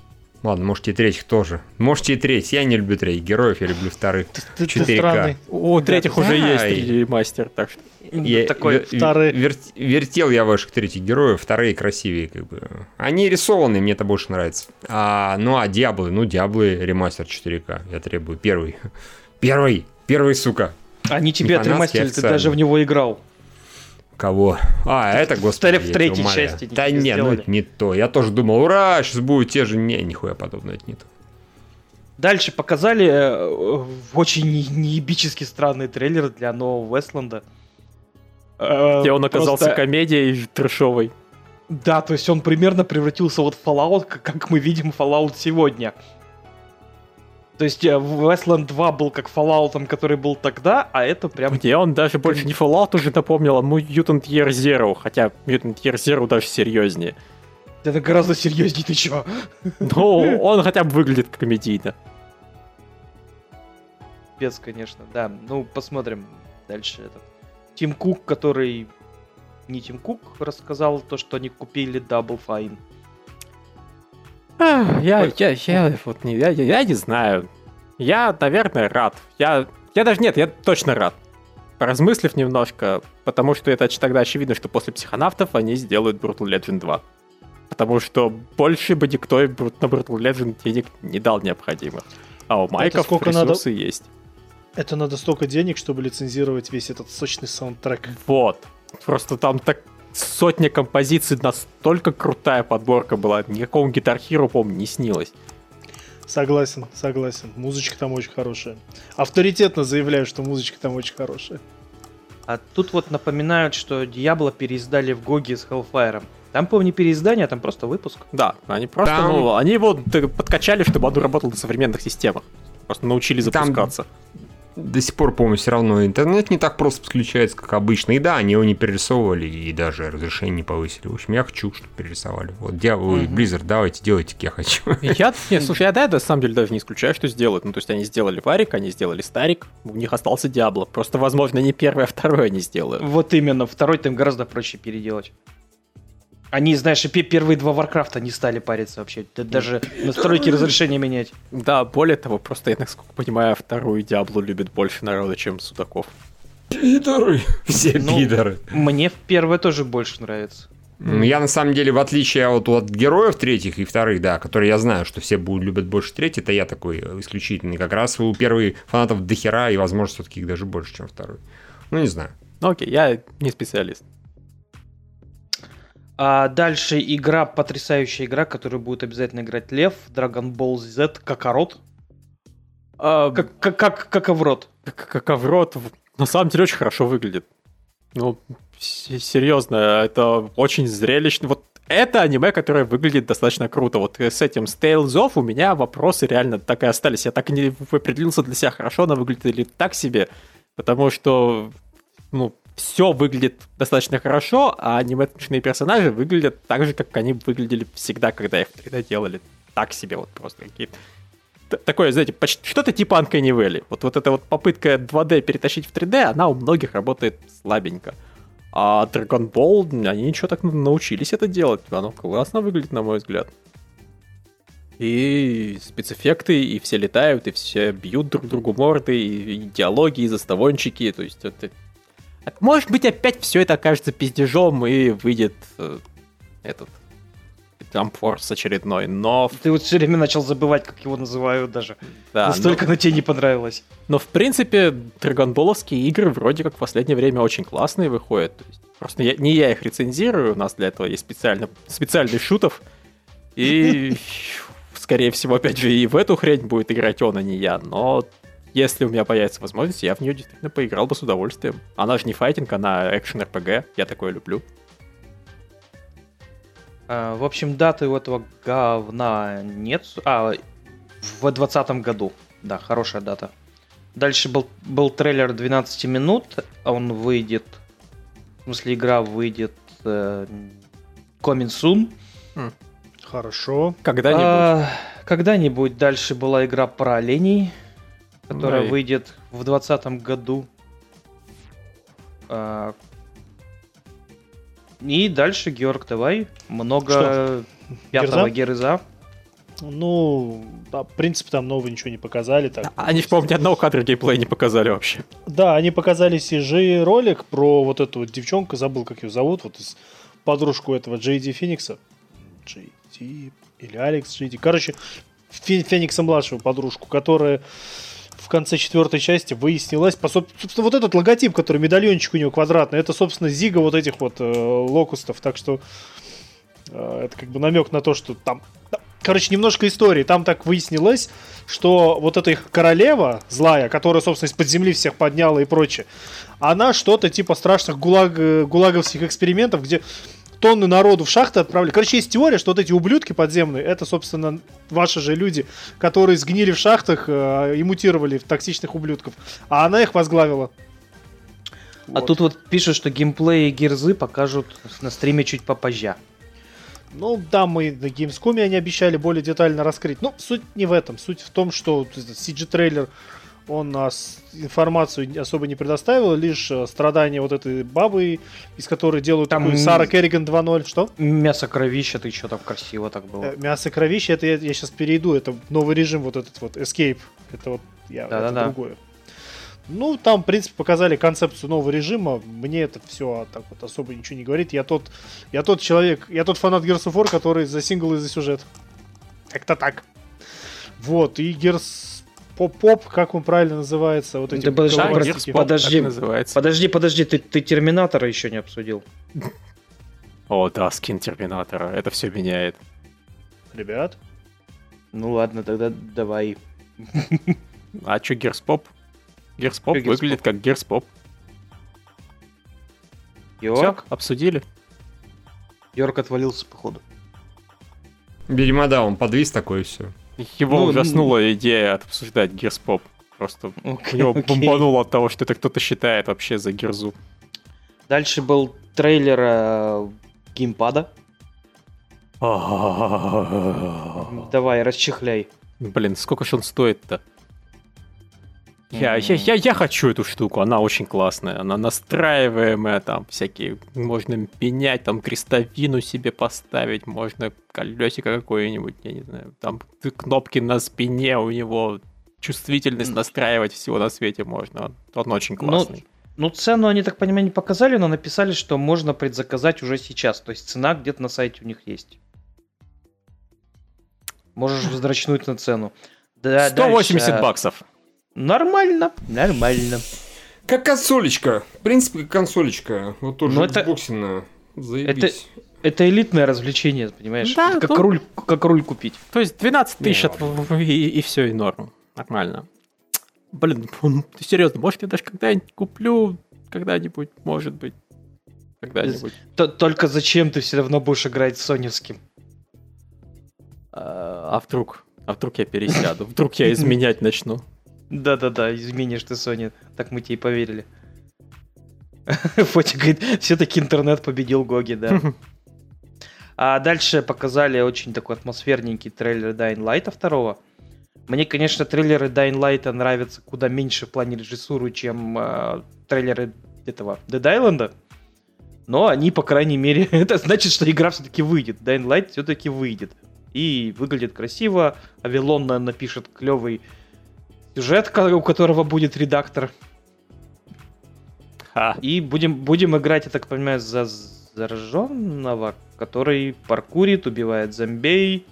Ладно, можете и третьих тоже. Можете и треть. Я не люблю третьих героев, я люблю вторых. Ты, четыре ка. ты странный. У третьих Да, уже да, есть и- ремастер, так что... Я Такой вер- вторые. вер- вертел я ваших третьих героев, вторые красивее, как бы. Они рисованные, мне это больше нравится. А, ну а Диаблы, ну Диаблы ремастер четыре ка. Я требую первый. Первый, первый, сука. Они тебе Не фанатский, отремастерили, ты официальный. даже в него играл. Кого? А, это, господи, в я третьей тебя умоляю. части они Да тебе не, ну сделали. это не то. Я тоже думал, ура, сейчас будут те же... Не, нихуя подобного, это не то. Дальше показали э, очень не- неебически странный трейлер для нового Вестланда. Э, Где он оказался просто- комедией трешовой. Да, то есть он примерно превратился вот в Fallout, к- как мы видим Fallout сегодня. То есть э, Westland два был как Fallout, который был тогда, а это прям... Где он даже больше не Fallout уже напомнил, а Mutant Year Zero. Хотя Mutant Year Zero даже серьезнее. Это гораздо серьезнее, ты чё? Но он хотя бы выглядит комедийно. Пец, конечно, да. Ну, посмотрим дальше этот. Тим Кук, который... Не Тим Кук рассказал то, что они купили Double Fine. Ах, Я, я, я, вот не, я, я, я не знаю. Я, наверное, рад. Я, я даже нет, я точно рад. Поразмыслив немножко, потому что это оч- тогда очевидно, что после психонавтов они сделают Brutal Legend два. Потому что больше бы никто и бру- на Brutal Legend денег не дал необходимых. А у Майков сколько ресурсы есть. Это надо столько денег, чтобы лицензировать весь этот сочный саундтрек. Вот. Просто там так сотня композиций, настолько крутая подборка была. Никакому Guitar Hero, по-моему, не снилось. Согласен, согласен. Музычка там очень хорошая. Авторитетно заявляю, что музычка там очень хорошая. А тут вот напоминают, что Diablo переиздали в Гоге с Hellfire. Там, помню, не переиздание, а там просто выпуск. Да, они просто, Там- ну, они его т- подкачали, чтобы он работал на современных системах. Просто научили Там- запускаться. До сих пор, по-моему, все равно интернет не так просто подключается, как обычно. И да, они его не перерисовывали, и даже разрешение не повысили. В общем, я хочу, чтобы перерисовали. Вот, дьявол, Мгм. Blizzard, давайте, делайте, как я хочу. Я, не, слушай, я да, на самом деле даже не исключаю, что сделают. Ну, то есть они сделали Варик, они сделали Старик, у них остался Диабло. Просто, возможно, не первый, а второй они сделают. Вот именно, второй там гораздо проще переделать. Они, знаешь, и пе- первые два Варкрафта не стали париться вообще. Да даже настройки разрешения менять. Да, более того, просто я, насколько понимаю, вторую Диаблу любит больше народа, чем Судаков. Пидоры. Все Ну, пидоры. Мне первая тоже больше нравится. Ну, я, на самом деле, в отличие от, от героев третьих и вторых, да, которые я знаю, что все будут любят больше третий, это я такой исключительный. Как раз у первых фанатов дохера, и, возможно, все-таки их даже больше, чем второй. Ну, не знаю. Ну окей, я не специалист. А дальше игра, потрясающая игра, которую будет обязательно играть Лев, Dragon Ball Z Kakarot. А, Как, как, как, как в рот. как, как Аврот, в- на самом деле очень хорошо выглядит. Ну, с- серьезно, это очень зрелищно. Вот это аниме, которое выглядит достаточно круто. Вот с этим с Tales of у меня вопросы реально так и остались. Я так и не определился для себя, хорошо она выглядит или так себе. Потому что, ну, все выглядит достаточно хорошо, а анимешные персонажи выглядят так же, как они выглядели всегда, когда их в три дэ делали. Так себе вот просто какие-то. Т- Такое, знаете, почти что-то типа Uncanny Valley. Вот, вот эта вот попытка два дэ перетащить в три дэ, она у многих работает слабенько. А Dragon Ball, они ничего так научились это делать. Оно классно выглядит, на мой взгляд. И спецэффекты, и все летают, и все бьют друг другу морды, и, и диалоги, и заставончики. То есть это... Может быть, опять все это окажется пиздежом, и выйдет э, этот... Амфорс очередной, но... Ты вот все время начал забывать, как его называют даже. Да, Настолько но- на тебе не понравилось. Но, в принципе, драгонболовские игры вроде как в последнее время очень классные выходят. То есть, просто я- не я их рецензирую, у нас для этого есть специально, специальный шутов. И, скорее всего, опять же, и в эту хрень будет играть он, а не я. Но если у меня появится возможность, я в нее действительно поиграл бы с удовольствием. Она же не файтинг, она экшен-эр пи джи. Я такое люблю. А, в общем, даты у этого говна нет. А, в двадцатом году. Да, хорошая дата. Дальше был, был трейлер двенадцать минут. Он выйдет... В смысле, игра выйдет... Э, coming soon. Хорошо. Когда-нибудь. А, когда-нибудь. Дальше была игра про оленей, которая Ну и- выйдет в двадцатом году. А, и дальше, Георг, давай. Много Что? пятого Герза? Герза. Ну, да, в принципе, там нового ничего не показали. Так. Они, по-моему, ни одного кадра геймплея не показали вообще. Да, они показали си джи-ролик про вот эту вот девчонку, забыл, как ее зовут, вот из подружку этого Джей Ди Феникса. Джей Ди или Алекс Джей Ди. Короче, Феникса-младшего подружку, которая в конце четвертой части выяснилась, по, собственно, вот этот логотип, который медальончик у него квадратный, это, собственно, зига вот этих вот э, локустов, так что э, это как бы намек на то, что там... Короче, немножко истории. Там так выяснилось, что вот эта их королева злая, которая, собственно, из-под земли всех подняла и прочее, она что-то типа страшных гулаг, гулаговских экспериментов, где тонны народу в шахты отправили. Короче, есть теория, что вот эти ублюдки подземные, это, собственно, ваши же люди, которые сгнили в шахтах э, и мутировали в токсичных ублюдков. А она их возглавила. А вот. Тут вот пишут, что геймплей и гирзы покажут на стриме чуть попозже. Ну, да, мы на Gamescom они обещали более детально раскрыть. Но суть не в этом. Суть в том, что си джи-трейлер, он нас информацию особо не предоставил, лишь страдания вот этой бабы, из которой делают там такую Сара Керриган два ноль. Что? Мясо кровища, ты что, там красиво так было. Мясо кровища, это я, я сейчас перейду, это новый режим, вот этот вот, Escape. Это вот, я, да, это да, другое. Да. Ну, там, в принципе, показали концепцию нового режима. Мне это все так вот особо ничего не говорит. Я тот, я тот человек, я тот фанат Gears of War, который за сингл и за сюжет. Как-то так. Вот, и Gears Pop-Pop, как он правильно называется? Вот эти да, подожди, да, подожди, подожди, подожди, подожди, ты, ты Терминатора еще не обсудил. О, да, скин Терминатора, это все меняет. Ребят? Ну ладно, тогда давай. А что Gears Pop? Gears Pop Gears выглядит Pop? как Gears Pop. Йорк? Все, обсудили. Йорк отвалился, походу. Видимо, да, он подвис такой и все. Его Ну, ужаснула идея обсуждать Gears Pop. Просто Окей, у него окей. бомбануло от того, что это кто-то считает вообще за Герзу. Дальше был трейлер э, геймпада. Давай, расчехляй. Блин, сколько ж он стоит-то? Я, я, я, я хочу эту штуку, она очень классная, она настраиваемая, там всякие, можно менять, там крестовину себе поставить, можно колесико какое-нибудь, я не знаю, там кнопки на спине у него, чувствительность настраивать, всего на свете можно, он очень классный. Ну, цену они, так понимаю, не показали, но написали, что можно предзаказать уже сейчас, то есть цена где-то на сайте у них есть. Можешь вздрачнуть на цену. Да, сто восемьдесят дальше... баксов. Нормально, нормально. Как консолечка. В принципе, как консолечка. Вот тоже это... Xbox'ина. Заебись. Это... это элитное развлечение, понимаешь? Да, это как, ну... руль, как руль купить. То есть двенадцать тысяч Не, от... и, и все, и норм. Нормально. Блин, ты серьезно, может, я даже когда-нибудь куплю, когда-нибудь, может быть, когда-нибудь. Только зачем ты все равно будешь играть с соневским? А, а вдруг? А вдруг я пересяду? Вдруг я изменять начну? Да-да-да, изменишь ты Sony. Так мы тебе и поверили. Фотик говорит, все-таки интернет победил Гоги, да. А дальше показали очень такой атмосферненький трейлер Dying Light второго. Мне, конечно, трейлеры Dying Light нравятся куда меньше в плане режиссуры, чем э, трейлеры этого Dead Island. Но они, по крайней мере, это значит, что игра все-таки выйдет. Dying Light все-таки выйдет. И выглядит красиво. Авилон напишет клевый сюжет, у которого будет редактор. Ха. И будем, будем играть, я так понимаю, за зараженного, который паркурит, убивает зомбей.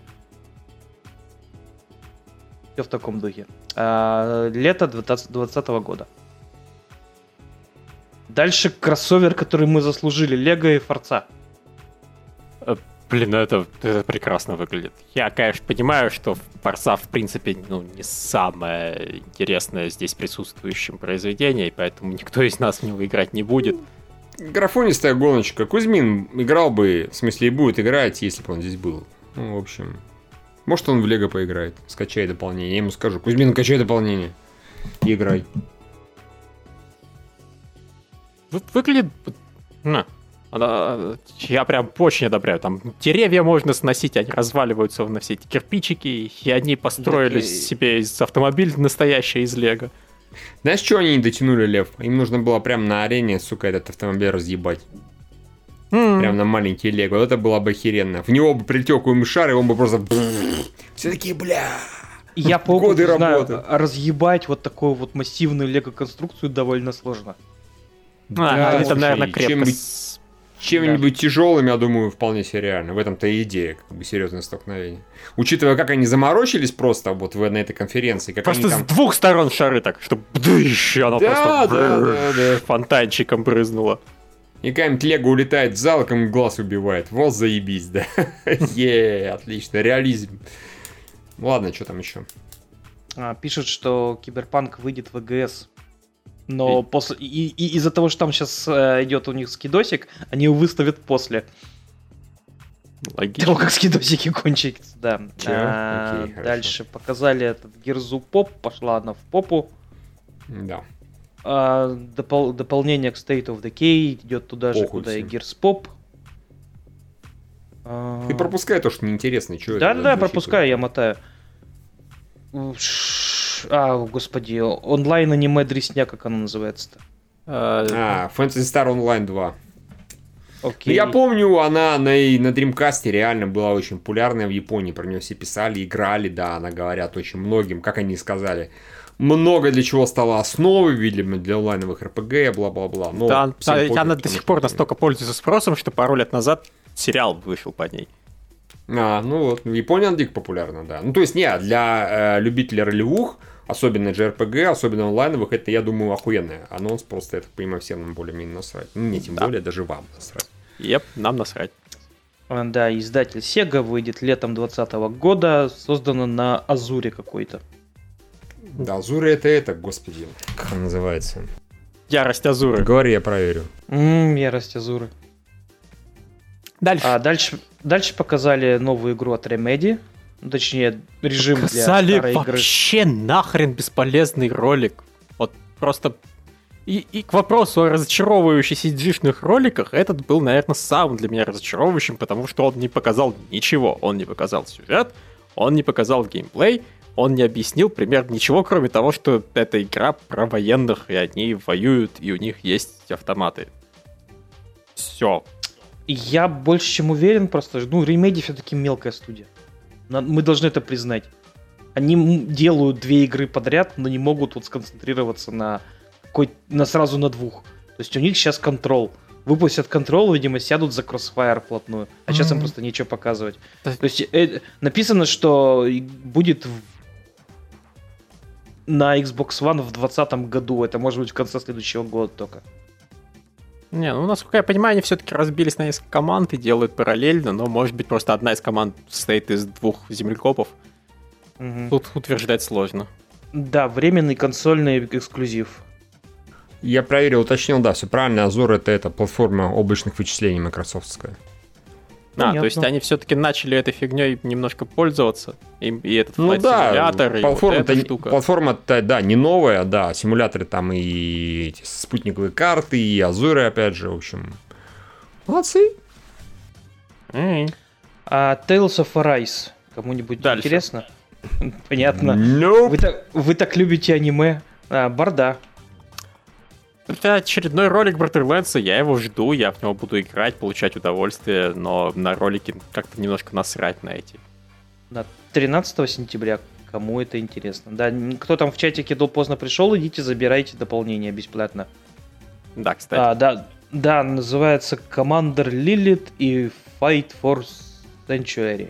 Все в таком духе. А, лето двадцатого года. Дальше кроссовер, который мы заслужили. Лего и Форца. Блин, ну это, это прекрасно выглядит. Я, конечно, понимаю, что Форса, в принципе, ну, не самое интересное здесь присутствующим произведение, и поэтому никто из нас в него играть не будет. Графонистая гоночка. Кузьмин играл бы, в смысле, и будет играть, если бы он здесь был. Ну, в общем... Может, он в Лего поиграет, скачай дополнение. Я ему скажу, Кузьмин, качай дополнение и играй. Выглядит... На. Я прям очень одобряю. Там деревья можно сносить, они разваливаются на все эти кирпичики, и они построили так, себе из автомобиль настоящий из Лего. Знаешь, что они не дотянули, Лев? Им нужно было прям на арене, сука, этот автомобиль разъебать. Mm. Прям на маленький Лего. Вот это было бы охеренно. В него бы прилетел какой-нибудь шар, и он бы просто... Все такие, бля. Я по опыту Годы знаю, работы. разъебать вот такую вот массивную лего-конструкцию довольно сложно. А, Да, это, слушай, наверное, крепко. чем-нибудь- с- Чем-нибудь тяжелым, я думаю, вполне себе реально. В этом-то и идея, как бы серьезное столкновение. Учитывая, как они заморочились просто вот в, на этой конференции, как Просто они с там... двух сторон шары так, чтобы еще оно Да, просто да, да, да. фонтанчиком брызнуло. И какая-нибудь Лего улетает в зал, и кому глаз убивает. Вот заебись, да. Е, отлично, реализм. Ладно, что там еще? А, пишут, что Киберпанк выйдет в ЭГС. Но И- после и, и из-за того, что там сейчас идет у них скидосик, они его выставят после Логично. того, как скидосики кончатся. Да. Чё? А, Окей, хорошо. дальше показали этот Герзу Поп, пошла она в попу. Да. А, допол- дополнение к State of Decay идет туда же, Похуй куда и всем. Gears Pop. А, Ты пропускай то, что неинтересно. Чё это Да-да-да, зачитывать? пропускаю, я мотаю. Ш- А, господи, онлайн аниме Дресня, как оно называется-то? А, А, Fantasy Star Online два. Ну, Окей. я помню, она на, на Dreamcast реально была очень популярная в Японии. Про нее все писали, играли, да, она говорят очень многим, как они и сказали. Много для чего стала основой, видимо, для онлайновых эр пи джи, бла-бла-бла. Но да, всем да, пофиг, она до потому сих что пор это- настолько пользуется спросом, что пару лет назад сериал вышел по ней. А, ну вот, в Японии она дико популярна, да. Ну, то есть, не, для э, любителей ролевух, особенно джей ар пи джи, особенно онлайновых, это, я думаю, охуенное. Анонс просто, я так понимаю, всем нам более-менее насрать. Ну, не, тем Да. более, даже вам насрать. Еп, нам насрать. А, Да, издатель Sega выйдет летом двадцатого года, создано на Азуре какой-то. Да, Азура это это, господи, как она называется? Ярость Азуры. Говори, я проверю. Ммм, ярость Азуры. Дальше. А дальше, дальше показали новую игру от Remedy. Ну, точнее, режим для Показали старой игры. вообще нахрен бесполезный ролик. Вот просто... И, и к вопросу о разочаровывающих си джи-шных роликах, этот был, наверное, самым для меня разочаровывающим, потому что он не показал ничего. Он не показал сюжет, он не показал геймплей, он не объяснил примерно ничего, кроме того, что это игра про военных, и они воюют, и у них есть автоматы. Все. Я больше чем уверен, просто, ну, Remedy все-таки мелкая студия. На- Мы должны это признать. Они м- делают две игры подряд, но не могут вот сконцентрироваться на, какой- на сразу на двух. То есть у них сейчас контрол. Выпустят контрол, видимо, сядут за Crossfire вплотную. А сейчас им Мгм. просто нечего показывать. Да. То есть э, написано, что и будет в- на Xbox One в двадцатом году. Это может быть в конце следующего года только. Не, ну, насколько я понимаю, они все-таки разбились на несколько команд и делают параллельно, но, может быть, просто одна из команд состоит из двух землекопов. Мгм. Тут утверждать сложно. Да, временный консольный эксклюзив. Я проверил, уточнил, да, все правильно. Азур это, это платформа облачных вычислений майкрософтская. А, Понятно. то есть они все-таки начали этой фигней немножко пользоваться. И, и этот Ну Flight да, Simulator, и вот платформа-то, эта не- штука. платформа-то, да, не новая, да, симуляторы там и эти спутниковые карты, и Азуры, опять же, в общем. Молодцы. М. А Tales of Arise кому-нибудь Дальше. интересно? Понятно. Nope. Вы так, вы так любите аниме. А, Барда. Это очередной ролик Borderlands, я его жду, я в него буду играть, получать удовольствие, но на ролики как-то немножко насрать на эти. На тринадцатого сентября. Кому это интересно? Да, н- кто там в чатике до поздно пришел, идите, забирайте дополнение бесплатно. Да, кстати. А, да, да, называется Commander Lilith и Fight for Sanctuary.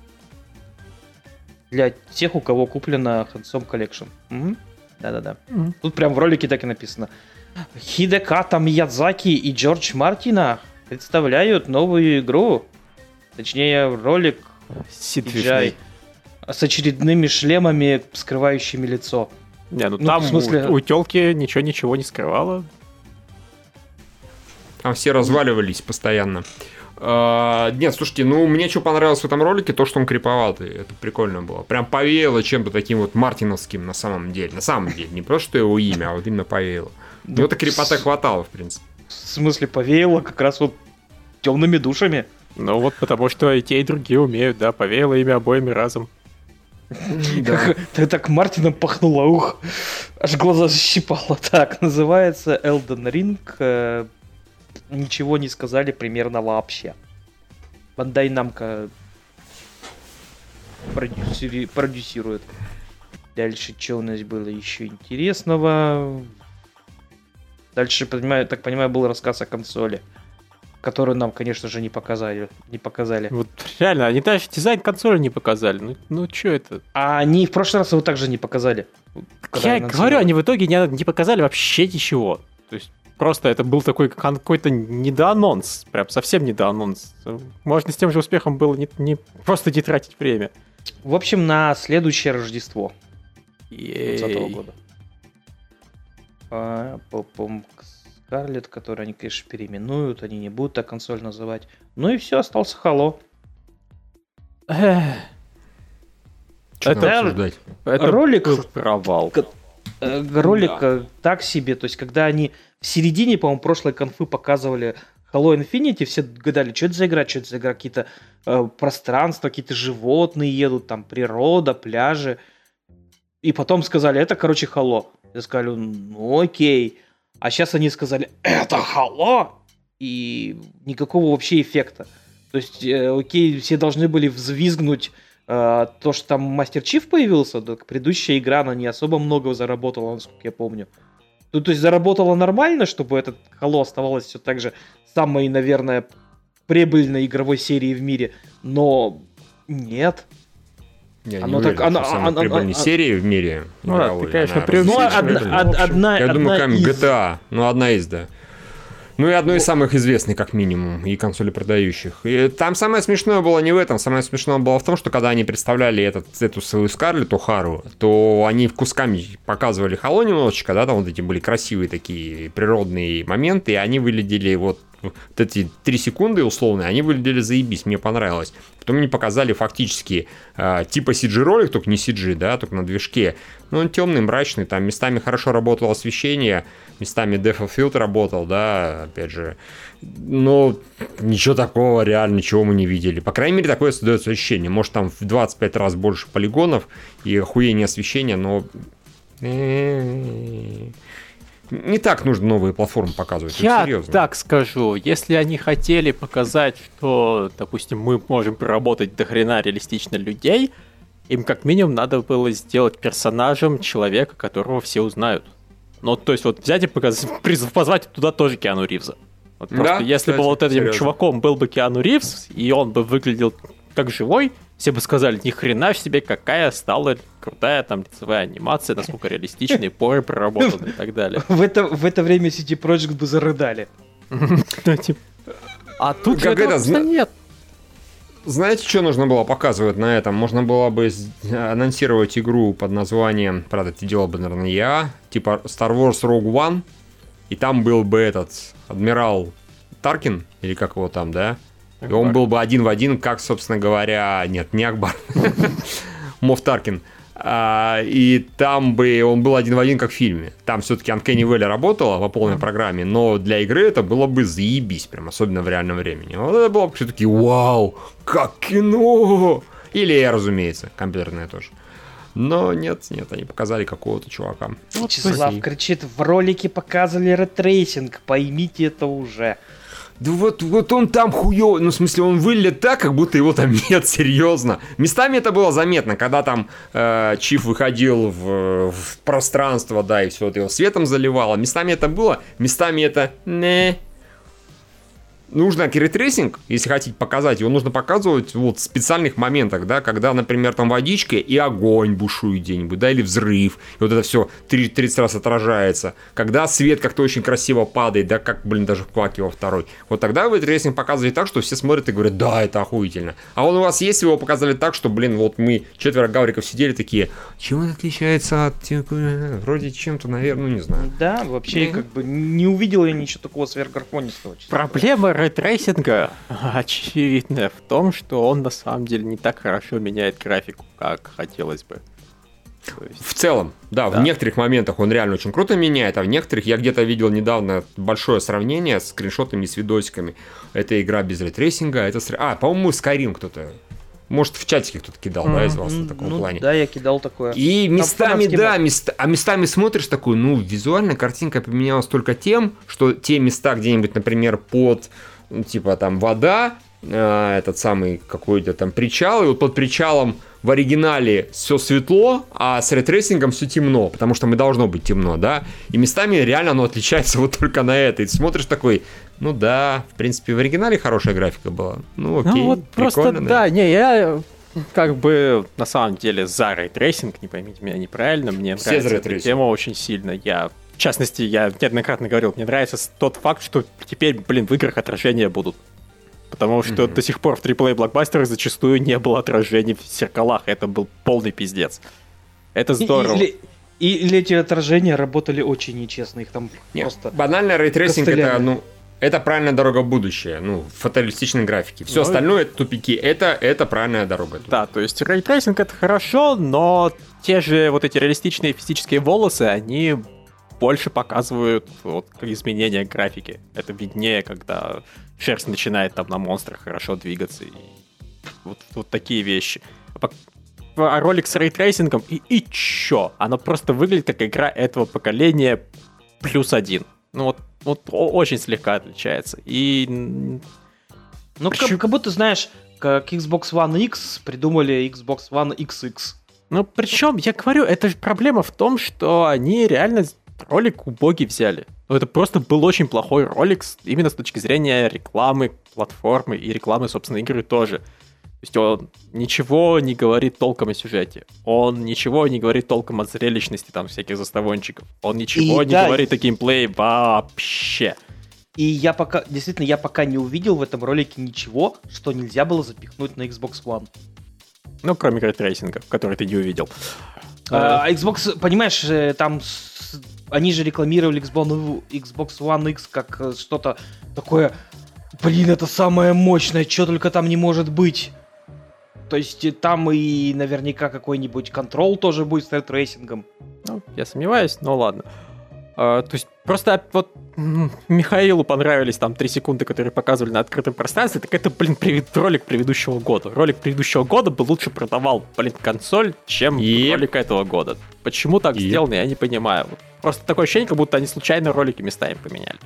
Для тех, у кого куплено Handsome Collection. Мгм. Да-да-да. Мгм. Тут прям в ролике так и написано. Хидеката Миядзаки и Джордж Мартина представляют новую игру. Точнее, ролик Сидвишный. Джай с очередными шлемами, скрывающими лицо. Не, ну, Ну, там в смысле- у, у телки ничего-ничего не скрывало. Там все разваливались постоянно. А, нет, слушайте, ну мне что понравилось в этом ролике, то, что он криповатый. Это прикольно было. Прям повеяло чем-то таким вот мартиновским на самом деле. На самом деле. Не просто что его имя, а вот именно повеяло. Ну, это крипота хватало, в принципе. В смысле, повеяло как раз вот темными душами. Ну вот потому что и те, и другие умеют, да, повеяло ими обоими разом. Да. Так, так Мартином пахнуло, ух, аж глаза защипало. Так, называется Elden Ring. э, Ничего не сказали примерно вообще. Бандай Намка продюсери- продюсирует. Дальше, что у нас было еще интересного? Дальше, понимаю, так понимаю, был рассказ о консоли, которую нам, конечно же, не показали. Не показали. Вот реально, они даже дизайн консоли не показали. Ну, ну что это? А они в прошлый раз его также не показали. Я говорю, они в итоге не, не показали вообще ничего. То есть просто это был такой какой-то недоанонс. Прям совсем недоанонс. Можно с тем же успехом было не, не просто не тратить время. В общем, на следующее Рождество двадцатого года. А, по-моему, Скарлетт, которую они, конечно, переименуют, они не будут так консоль называть. Ну и все, остался Halo. Что Это- там обсуждать? Это Ролик- был провал. Э, Ролик э, так себе, то есть когда они в середине, по-моему, прошлой конфы показывали Halo Infinity, все гадали, что это за игра, что это за игра, какие-то э, пространства, какие-то животные едут, там природа, пляжи. И потом сказали, это, короче, Halo. Я сказали, ну окей. А сейчас они сказали, это Halo! И никакого вообще эффекта. То есть, э, окей, все должны были взвизгнуть э, то, что там Мастер Чиф появился, так предыдущая игра, она не особо много заработала, насколько я помню. Ну, то есть заработала нормально, чтобы этот Halo оставалось все так же самой, наверное, прибыльной игровой серией в мире, но нет. Я Оно не так- уверен, оно- что самой оно- прибыльной оно- серии в мире Ну, игровой, ты, конечно, она преувеличиваешь. Ну, различная. одна, в од- общем. одна, Я думаю, одна как из- джи ти эй, ну, одна из, да. Ну и одно из самых известных, как минимум, и консоли продающих. И там самое смешное было не в этом, самое смешное было в том, что когда они представляли этот, эту свою Скарлетт О'Хару, то они кусками показывали Halo немножечко, да, там вот эти были красивые такие природные моменты, и они выглядели вот, вот эти три секунды условные, они выглядели заебись, мне понравилось. Потом они показали фактически э, типа си джи-ролик, только не си джи, да, только на движке. Ну, он темный, мрачный, там местами хорошо работало освещение, местами Depth of Field работал, да, опять же. Но ничего такого реально, ничего мы не видели. По крайней мере, такое создается ощущение. Может, там в двадцать пять раз больше полигонов и охуение освещения, но... Не так нужно новые платформы показывать, вот Я серьезно. так скажу, если они хотели показать, что, допустим, мы можем проработать до хрена реалистично людей, им как минимум надо было сделать персонажем человека, которого все узнают. Ну, то есть вот взять и показать, приз- позвать туда тоже Киану Ривза. Вот просто Да, если кстати, бы вот этим серьезно. чуваком был бы Киану Ривз, и он бы выглядел как живой, все бы сказали, ни хрена в себе, какая стала крутая там лицевая анимация, насколько реалистичные поры проработаны и так далее. В это, в это время си ди Projekt бы зарыдали. Ну, типа, А тут же Как этого это, просто зна- нет. Знаете, что нужно было показывать на этом? Можно было бы с- анонсировать игру под названием, правда, это делал бы, наверное, я, типа Star Wars Rogue One, и там был бы этот адмирал Таркин, или как его там, да? И он был бы один в один, как, собственно говоря, нет, не Акбар, Мофф Таркин. А, и там бы он был один в один, как в фильме. Там все-таки Uncanny Valley работала по полной программе, но для игры это было бы заебись, прям, особенно в реальном времени. Вот это было бы все-таки вау, как кино! Или, разумеется, компьютерное тоже. Но нет, нет, они показали какого-то чувака. Вот Вячеслав такие. кричит, в ролике показывали ретрейсинг, поймите это уже. Да вот, вот он там хуёвый, ну в смысле он выглядит так, как будто его там нет, серьезно. Местами это было заметно, когда там э, Чиф выходил в, в пространство, да, и все это его светом заливало. Местами это было, местами это не. Нужно ретрейсинг, если хотите показать, его нужно показывать вот в специальных моментах, да, когда, например, там водичка и огонь бушует где-нибудь, да, или взрыв, и вот это все тридцать раз отражается, когда свет как-то очень красиво падает, да, как, блин, даже в Кваке во второй, вот тогда вы ретрейсинг показываете так, что все смотрят и говорят, да, это охуительно, а он у вас есть, его показали так, что, блин, вот мы четверо гавриков сидели такие, чем он отличается от, вроде чем-то, наверное, ну, не знаю. Да, вообще, Мгм. как бы не увидел я ничего такого сверхгармонистого. честно говоря. Проблема рейтрейсинга очевидная в том, что он на самом деле не так хорошо меняет графику, как хотелось бы. То есть, В целом, да, Да. в некоторых моментах он реально очень круто меняет, а в некоторых я где-то видел недавно большое сравнение с скриншотами и с видосиками. Это игра без ретрейсинга, это... сра- А, по-моему, Skyrim кто-то... Может, в чатике кто-то кидал, да, из вас М, в таком ну, плане. да, я кидал такое. И местами, фанатский да, мод. места, а местами смотришь такой, ну, визуально картинка поменялась только тем, что те места где-нибудь, например, под, ну, типа, там, вода, э, этот самый какой-то там причал, и вот под причалом в оригинале все светло, а с рейтрейсингом все темно, потому что мы должно быть темно, да, и местами реально оно отличается вот только на это, и ты смотришь такой, ну да, в принципе, в оригинале хорошая графика была, ну окей, ну вот просто, прикольно, да, да, не, я как бы на самом деле за рейтрейсинг, не поймите меня неправильно, мне Все нравится за эта рейтрейсинг. тема очень сильно, я... В частности, я неоднократно говорил, мне нравится тот факт, что теперь, блин, в играх отражения будут. Потому что mm-hmm. до сих пор в триплей-блокбастерах зачастую не было отражений в зеркалах. Это был полный пиздец. Это здорово. Или, или эти отражения работали очень нечестно. Их там Нет, просто... банальный рейтрейсинг костылями. это, ну, это правильная дорога в будущее. Ну, в фотореалистичной графике. Все Ну, остальное это тупики. Это, это правильная дорога. Да, то есть рейтрейсинг это хорошо, но те же вот эти реалистичные физические волосы, они больше показывают вот, изменения графики. Это виднее, когда шерсть начинает там на монстрах хорошо двигаться. И вот, вот такие вещи. А, а ролик с рейтрейсингом, и, и чё? Оно просто выглядит как игра этого поколения плюс один. Ну вот, вот очень слегка отличается. И... Ну, Почему? как, как будто, знаешь, как Xbox One X придумали Xbox One икс икс. Ну, причем, я говорю, это же проблема в том, что они реально ролик убогий взяли. Ну, это просто был очень плохой ролик именно с точки зрения рекламы платформы и рекламы, собственно, игры тоже. То есть он ничего не говорит толком о сюжете. Он ничего не говорит толком о зрелищности там всяких заставончиков. Он ничего И не да, говорит о геймплее вообще. И я пока, действительно, я пока не увидел в этом ролике ничего, что нельзя было запихнуть на Xbox One. Ну, кроме рейтрейсинга, который ты не увидел. А, Xbox, понимаешь, э, там с- они же рекламировали Xbox, Xbox One X как э, что-то такое, блин, это самое мощное, что только там не может быть. То есть э, там и наверняка какой-нибудь контрол тоже будет с рейтрейсингом. Ну, я сомневаюсь, но ладно. А, то есть просто вот м, Михаилу понравились там три секунды, которые показывали на открытом пространстве, так это, блин, привед- ролик предыдущего года. Ролик предыдущего года бы лучше продавал, блин, консоль, чем Yep. ролик этого года. Почему так Yep. сделано, я не понимаю. Вот просто такое ощущение, как будто они случайно ролики местами поменяли.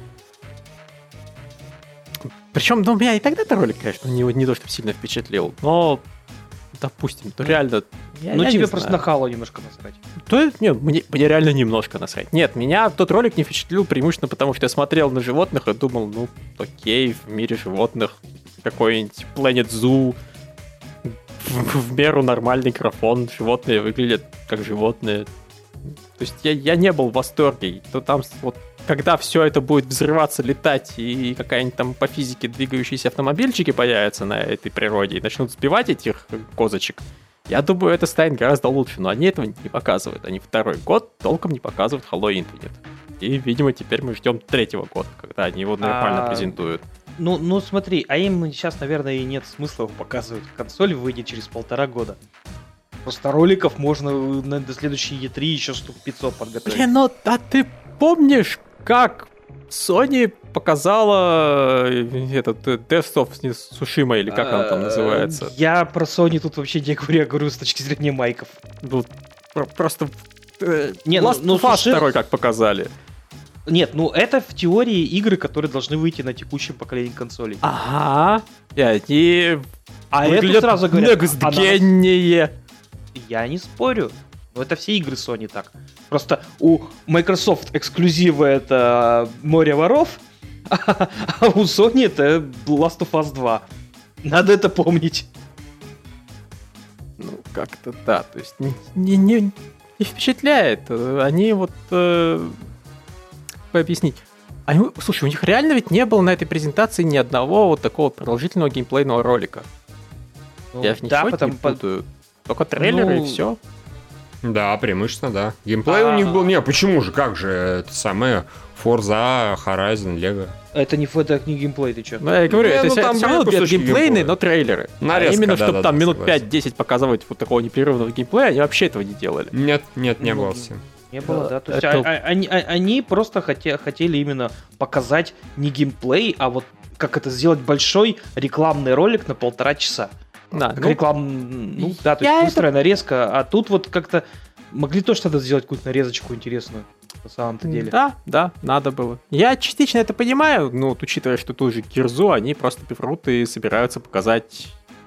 Причем, ну, меня и тогда-то ролик, конечно, не, не то, что сильно впечатлил, но, допустим, то реально... Я, ну я тебе не просто знаю. на Halo немножко насрать. То, нет, мне, мне реально немножко насрать. Нет, меня тот ролик не впечатлил преимущественно потому, что я смотрел на животных и думал, ну, окей, в мире животных какой-нибудь Planet Zoo, в, в меру нормальный графон, животные выглядят как животные. То есть я, я не был в восторге. То там вот, когда все это будет взрываться, летать, и какая-нибудь там по физике двигающиеся автомобильчики появятся на этой природе и начнут сбивать этих козочек, я думаю, это станет гораздо лучше, но они этого не показывают. Они второй год толком не показывают Halo Infinite. И, видимо, теперь мы ждем третьего года, когда они его нормально А, презентуют. Ну, ну смотри, а им сейчас, наверное, и нет смысла его показывать. Консоль выйдет через полтора года. Просто роликов можно на, до следующей и три еще штук пятьсот подготовить. Блин, ну, а ты помнишь, как Sony показала э, этот э, Death of Tsushima, или как она там называется? Я про Sony тут вообще не говорю, я говорю с точки зрения майков. Ну, про- просто э, Не, ну- Last ну, of Us Суши- второй как показали. Нет, ну это в теории игры, которые должны выйти на текущем поколении консолей. Ага. И они А эту выглядят сразу говорят, некстгеннее. Я не спорю. Но это все игры Sony так. Просто у Microsoft эксклюзивы это Море воров, а у Sony это Last of Us два. Надо это помнить. Ну, как-то да. То есть не, не, не- не впечатляет. Они вот... э, как объяснить? Они, слушай, у них реально ведь не было на этой презентации ни одного вот такого продолжительного геймплейного ролика. Ну, Я же да, ничего потому не путаю. Только трейлеры Ну, и все. Да, преимущественно, да. Геймплей у них был... Не, почему же, как же, это самое... Forza, Horizon, Lego. это не фото, не геймплей, ты чё? Ну, я говорю, Не, это ну, все там равно были кусочки геймплейные, геймплея. но трейлеры. Нарезка, а именно, да, чтобы да, там да, минут согласен. пять-десять показывать вот такого непрерывного геймплея, они вообще этого не делали. Нет, нет, не Ну, было всем. Не было, да. То есть Это- а- а- они, а- они просто хоте- хотели именно показать не геймплей, а вот как это сделать большой рекламный ролик на полтора часа. Да, Как ну, реклам... Ну, да, то я есть это- быстрая нарезка, а тут вот как-то могли тоже тогда сделать какую-то нарезочку интересную, на самом-то деле. Да, да, надо было. Я частично это понимаю, но вот, учитывая, что ту же Гирзу, они просто берут и собираются показать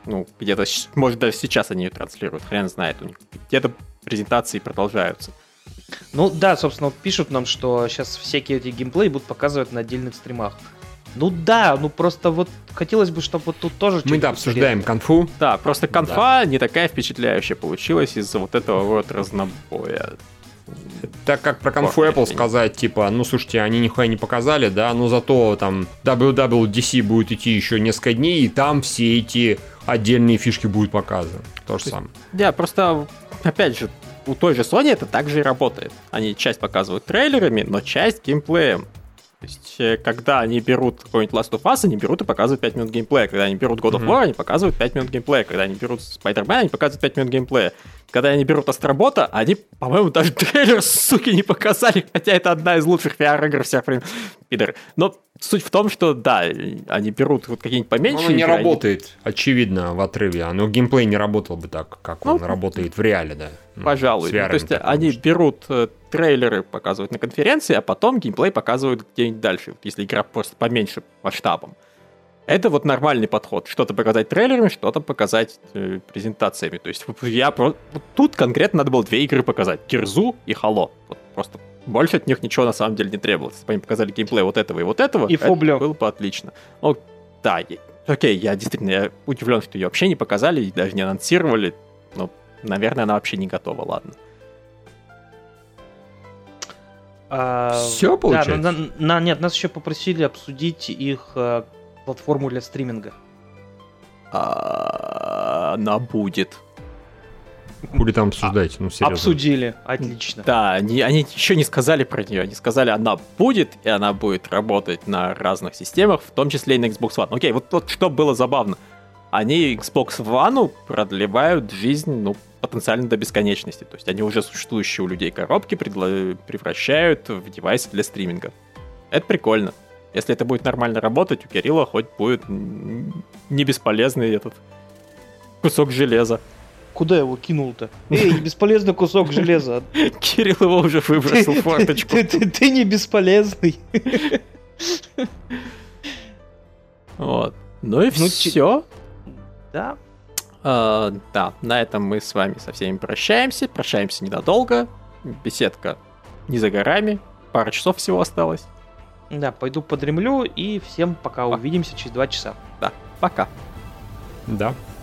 Ну, где-то, может, даже сейчас они ее транслируют, хрен знает. У них где-то презентации продолжаются. Ну да, собственно, вот пишут нам, что сейчас всякие эти геймплеи будут показывать на отдельных стримах. Ну да, ну просто вот хотелось бы, чтобы вот тут тоже... Мы, да, обсуждаем конфу. Да, просто конфа да. не такая впечатляющая получилась из-за вот этого вот разнобоя. Так как про конфу Apple сказать, типа, ну, слушайте, они нихуя не показали, да, но зато там дабл ю дабл ди си будет идти еще несколько дней, и там все эти отдельные фишки будут показаны. То же самое. Да, просто, опять же, у той же Sony это также и работает. Они часть показывают трейлерами, но часть геймплеем. То есть, когда они берут какой-нибудь Last of Us, они берут и показывают пять минут геймплея. Когда они берут God of War, mm-hmm. они показывают пять минут геймплея. Когда они берут Spider-Man, они показывают пять минут геймплея. Когда они берут Астробота, они, по-моему, даже трейлер, суки, не показали, хотя это одна из лучших ви ар-игр всех времен. Пидоры. Но суть в том, что, да, они берут вот какие-нибудь поменьше. Оно не работает, они... очевидно, в отрыве. Но геймплей не работал бы так, как ну, он работает в реале, да. Пожалуй. Ну, то есть они может. берут трейлеры, показывают на конференции, а потом геймплей показывают где-нибудь дальше, если игра просто поменьше масштабом. Это вот нормальный подход. Что-то показать трейлерами, что-то показать э, презентациями. То есть я про... вот тут конкретно надо было две игры показать. Кирзу и Halo. Вот просто больше от них ничего на самом деле не требовалось. Если бы они показали геймплей вот этого и вот этого, и это Фоблё. Было бы отлично. Ну, да, я... окей, я действительно я удивлен, что ее вообще не показали и даже не анонсировали. Но, наверное, она вообще не готова, ладно. А, Все получается? Да, на, на, нет, нас еще попросили обсудить их а, платформу для стриминга. А, она будет. Хули там обсуждаете, ну серьезно. Обсудили, отлично. Да, они, они еще не сказали про нее, они сказали, она будет, и она будет работать на разных системах, в том числе и на Xbox One. Окей, вот, вот что было забавно. Они Xbox One продлевают жизнь, ну, потенциально до бесконечности. То есть они уже существующие у людей коробки предла- превращают в девайсы для стриминга. Это прикольно. Если это будет нормально работать, у Кирилла хоть будет не бесполезный этот кусок железа. Куда его кинул-то? Эй, бесполезный кусок железа. Кирилл его уже выбросил в форточку. Ты не бесполезный. Вот. Ну и все. Да. Uh, да, на этом мы с вами со всеми прощаемся. Прощаемся ненадолго. Беседка не за горами. Пара часов всего осталось. Да, пойду подремлю и всем пока. Увидимся через два часа. Да, пока. Да.